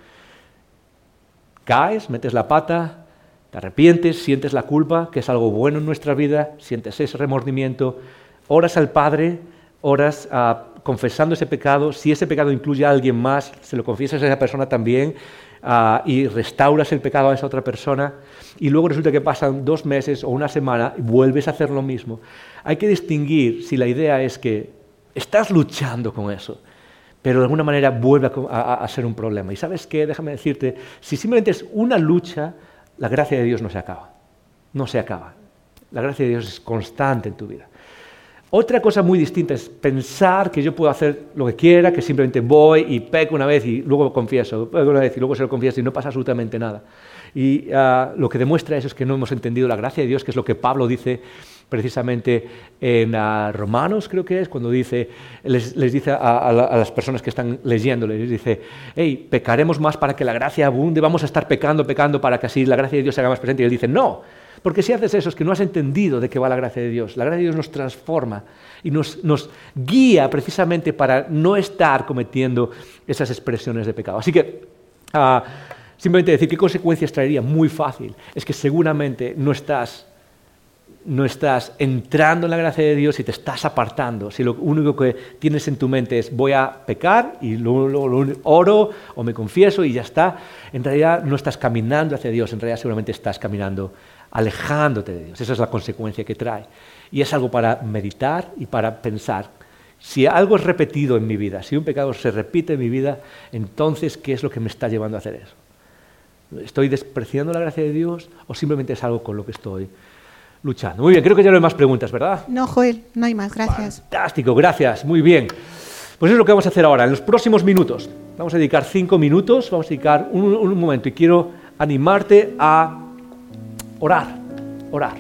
Caes, metes la pata, te arrepientes, sientes la culpa, que es algo bueno en nuestra vida, sientes ese remordimiento, oras al Padre, oras uh, confesando ese pecado. Si ese pecado incluye a alguien más, se lo confiesas a esa persona también uh, y restauras el pecado a esa otra persona. Y luego resulta que pasan dos meses o una semana y vuelves a hacer lo mismo. Hay que distinguir si la idea es que estás luchando con eso, pero de alguna manera vuelve a, a, a ser un problema. Y ¿sabes qué? Déjame decirte, si simplemente es una lucha, la gracia de Dios no se acaba. No se acaba. La gracia de Dios es constante en tu vida. Otra cosa muy distinta es pensar que yo puedo hacer lo que quiera, que simplemente voy y peco una vez y luego confieso, peco una vez y luego se lo confieso y no pasa absolutamente nada. Y uh, lo que demuestra eso es que no hemos entendido la gracia de Dios, que es lo que Pablo dice precisamente en uh, Romanos, creo que es, cuando dice, les, les dice a, a, a las personas que están leyéndole, les dice, hey, pecaremos más para que la gracia abunde, vamos a estar pecando, pecando para que así la gracia de Dios se haga más presente. Y él dice, no, porque si haces eso es que no has entendido de qué va la gracia de Dios. La gracia de Dios nos transforma y nos, nos guía precisamente para no estar cometiendo esas expresiones de pecado. Así que, uh, simplemente decir qué consecuencias traería, muy fácil, es que seguramente no estás, no estás entrando en la gracia de Dios y te estás apartando. Si lo único que tienes en tu mente es voy a pecar y luego, luego, luego oro o me confieso y ya está, en realidad no estás caminando hacia Dios, en realidad seguramente estás caminando alejándote de Dios. Esa es la consecuencia que trae. Y es algo para meditar y para pensar. Si algo es repetido en mi vida, si un pecado se repite en mi vida, entonces, ¿qué es lo que me está llevando a hacer eso? ¿Estoy despreciando la gracia de Dios o simplemente es algo con lo que estoy luchando? Muy bien, creo que ya no hay más preguntas, ¿verdad? No, Joel, no hay más, gracias. Fantástico, gracias, muy bien. Pues eso es lo que vamos a hacer ahora, en los próximos minutos. Vamos a dedicar cinco minutos, vamos a dedicar un, un momento y quiero animarte a orar, orar.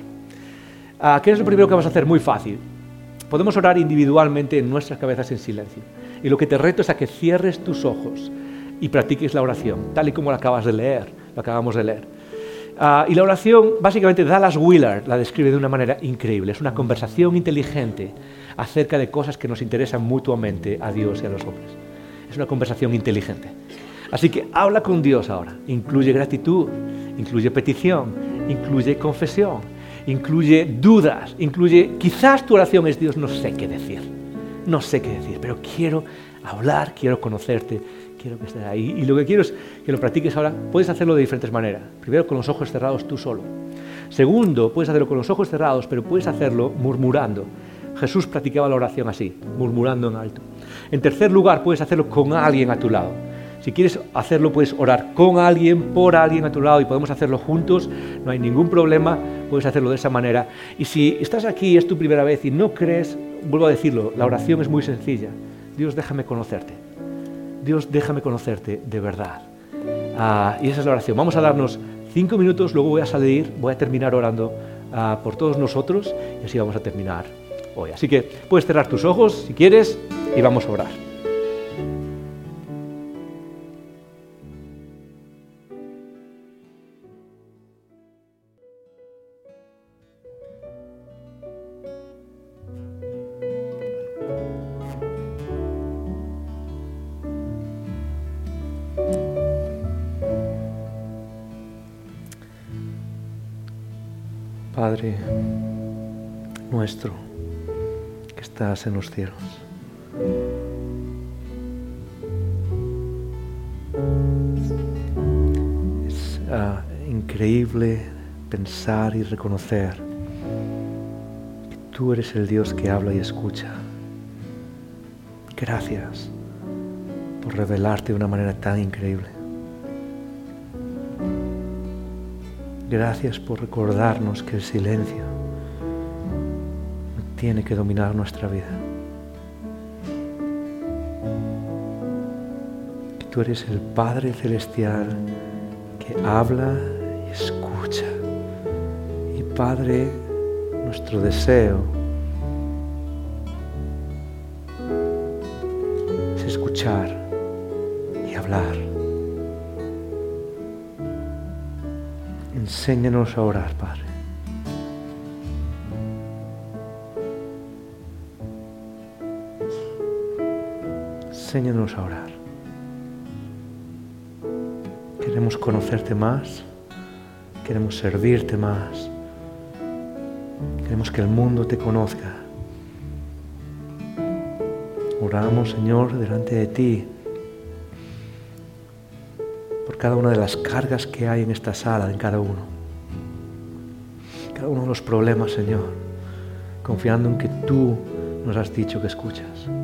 Uh, ¿Qué es lo primero que vamos a hacer? Muy fácil. Podemos orar individualmente en nuestras cabezas en silencio. Y lo que te reto es a que cierres tus ojos y practiques la oración, tal y como la acabas de leer, lo acabamos de leer. Uh, y la oración, básicamente, Dallas Willard la describe de una manera increíble. Es una conversación inteligente acerca de cosas que nos interesan mutuamente a Dios y a los hombres. Es una conversación inteligente. Así que habla con Dios ahora. Incluye gratitud, incluye petición, incluye confesión, incluye dudas, incluye... Quizás tu oración es Dios, no sé qué decir, no sé qué decir, pero quiero hablar, quiero conocerte, quiero que estés ahí. Y lo que quiero es que lo practiques ahora. Puedes hacerlo de diferentes maneras. Primero, con los ojos cerrados tú solo. Segundo, puedes hacerlo con los ojos cerrados, pero puedes hacerlo murmurando. Jesús practicaba la oración así, murmurando en alto. En tercer lugar, puedes hacerlo con alguien a tu lado. Si quieres hacerlo, puedes orar con alguien, por alguien a tu lado y podemos hacerlo juntos, no hay ningún problema, puedes hacerlo de esa manera. Y si estás aquí, es tu primera vez y no crees, vuelvo a decirlo, la oración es muy sencilla. Dios, déjame conocerte. Dios, déjame conocerte de verdad. Uh, y esa es la oración. Vamos a darnos cinco minutos, luego voy a salir, voy a terminar orando uh, por todos nosotros y así vamos a terminar hoy. Así que puedes cerrar tus ojos si quieres y vamos a orar. Padre nuestro que estás en los cielos, es uh, increíble pensar y reconocer que tú eres el Dios que habla y escucha. Gracias por revelarte de una manera tan increíble. Gracias por recordarnos que el silencio no tiene que dominar nuestra vida. Que tú eres el Padre Celestial que habla y escucha. Y Padre, nuestro deseo es escuchar y hablar. Enséñanos a orar, Padre. Enséñanos a orar. Queremos conocerte más, queremos servirte más, queremos que el mundo te conozca. Oramos, Señor, delante de ti por cada una de las cargas que hay en esta sala, en cada uno. Cada uno de los problemas, Señor, confiando en que tú nos has dicho que escuchas.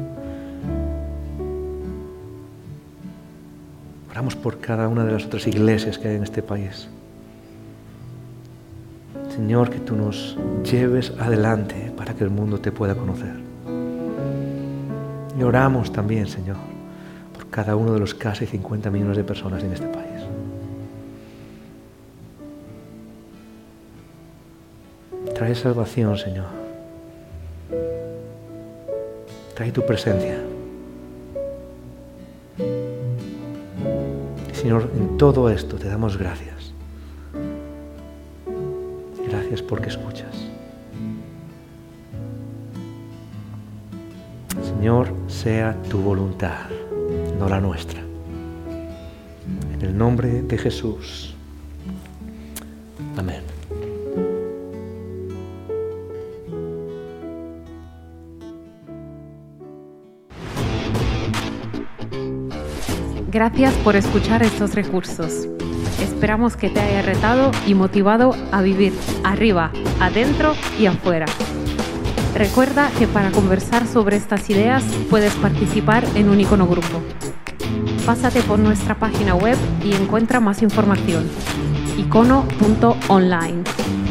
Oramos por cada una de las otras iglesias que hay en este país. Señor, que tú nos lleves adelante para que el mundo te pueda conocer. Y oramos también, Señor, por cada uno de los casi cincuenta millones de personas en este país. Trae salvación, Señor. Trae tu presencia. Señor, en todo esto te damos gracias. Gracias porque escuchas. Señor, sea tu voluntad, no la nuestra. En el nombre de Jesús. Amén. Gracias por escuchar estos recursos. Esperamos que te haya retado y motivado a vivir arriba, adentro y afuera. Recuerda que para conversar sobre estas ideas puedes participar en un Icono Grupo. Pásate por nuestra página web y encuentra más información. icono punto online.